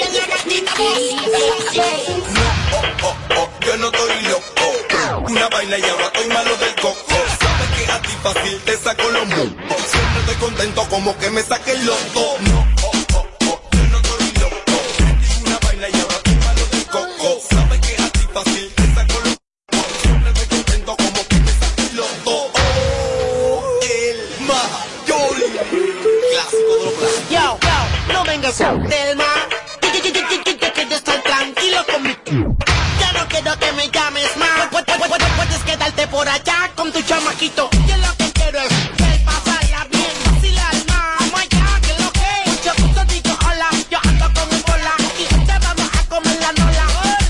[SPEAKER 8] Yo no estoy loco. Una baila y ahora estoy malo del coco. Sabes que a ti fácil te saco los mocos. Siempre estoy contento como que me saquen los dos. Yo no estoy loco. Una baila y ahora estoy malo del coco. Sabes que a ti fácil te saco los mocos. Siempre estoy contento como que me saquen los dos. El mayor clásico de los clásicos.
[SPEAKER 11] Yo, no vengas del mar. Que yo estoy tranquilo con mi... Ya no quiero que me llames más. Puedes quedarte por allá con tu chamaquito. Yo lo que quiero es que pasarla bien, vacilar más. Vamos allá, que lo que. Mucho gusto, digo hola. Yo ando con mi bola y te vamos a comer la nola.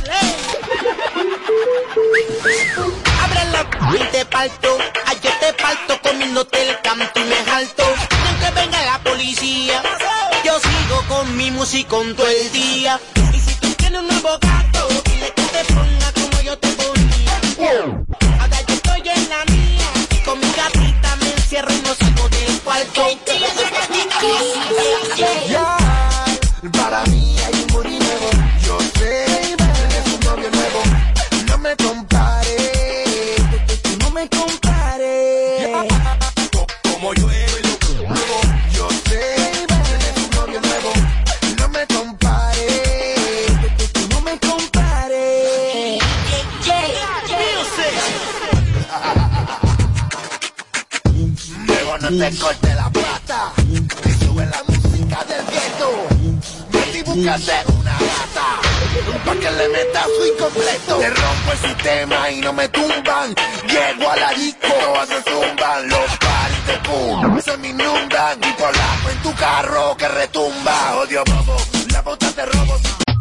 [SPEAKER 11] Abre la y te parto. Ay, yo te parto comiéndote el canto y me jalto. Y aunque venga la policía, yo sigo con mi musicón todo el día. Y si tú tienes un nuevo gato, dile que te ponga como yo te ponía. Ahora yo estoy en la mía, y con mi gatita me encierro y no salgo del cuarto.
[SPEAKER 8] Ya,
[SPEAKER 10] para mí hay un booty nuevo. Yo sé, tienes un novio nuevo. No me compares, no me compares. Como llueve lo nuevo. Yo sé, tienes un novio nuevo. No me compares, no me compares. Luego no te corte la pata. Y sube la música del gueto. Y búscate una gata pa' que le metas su incompleto. Te rompo el sistema y no me tumban. Llego a la disco, todas se zumban. Los paris de pum se me inundan. Y polaco en tu carro que retumba. Odio bobo, la bota te robo.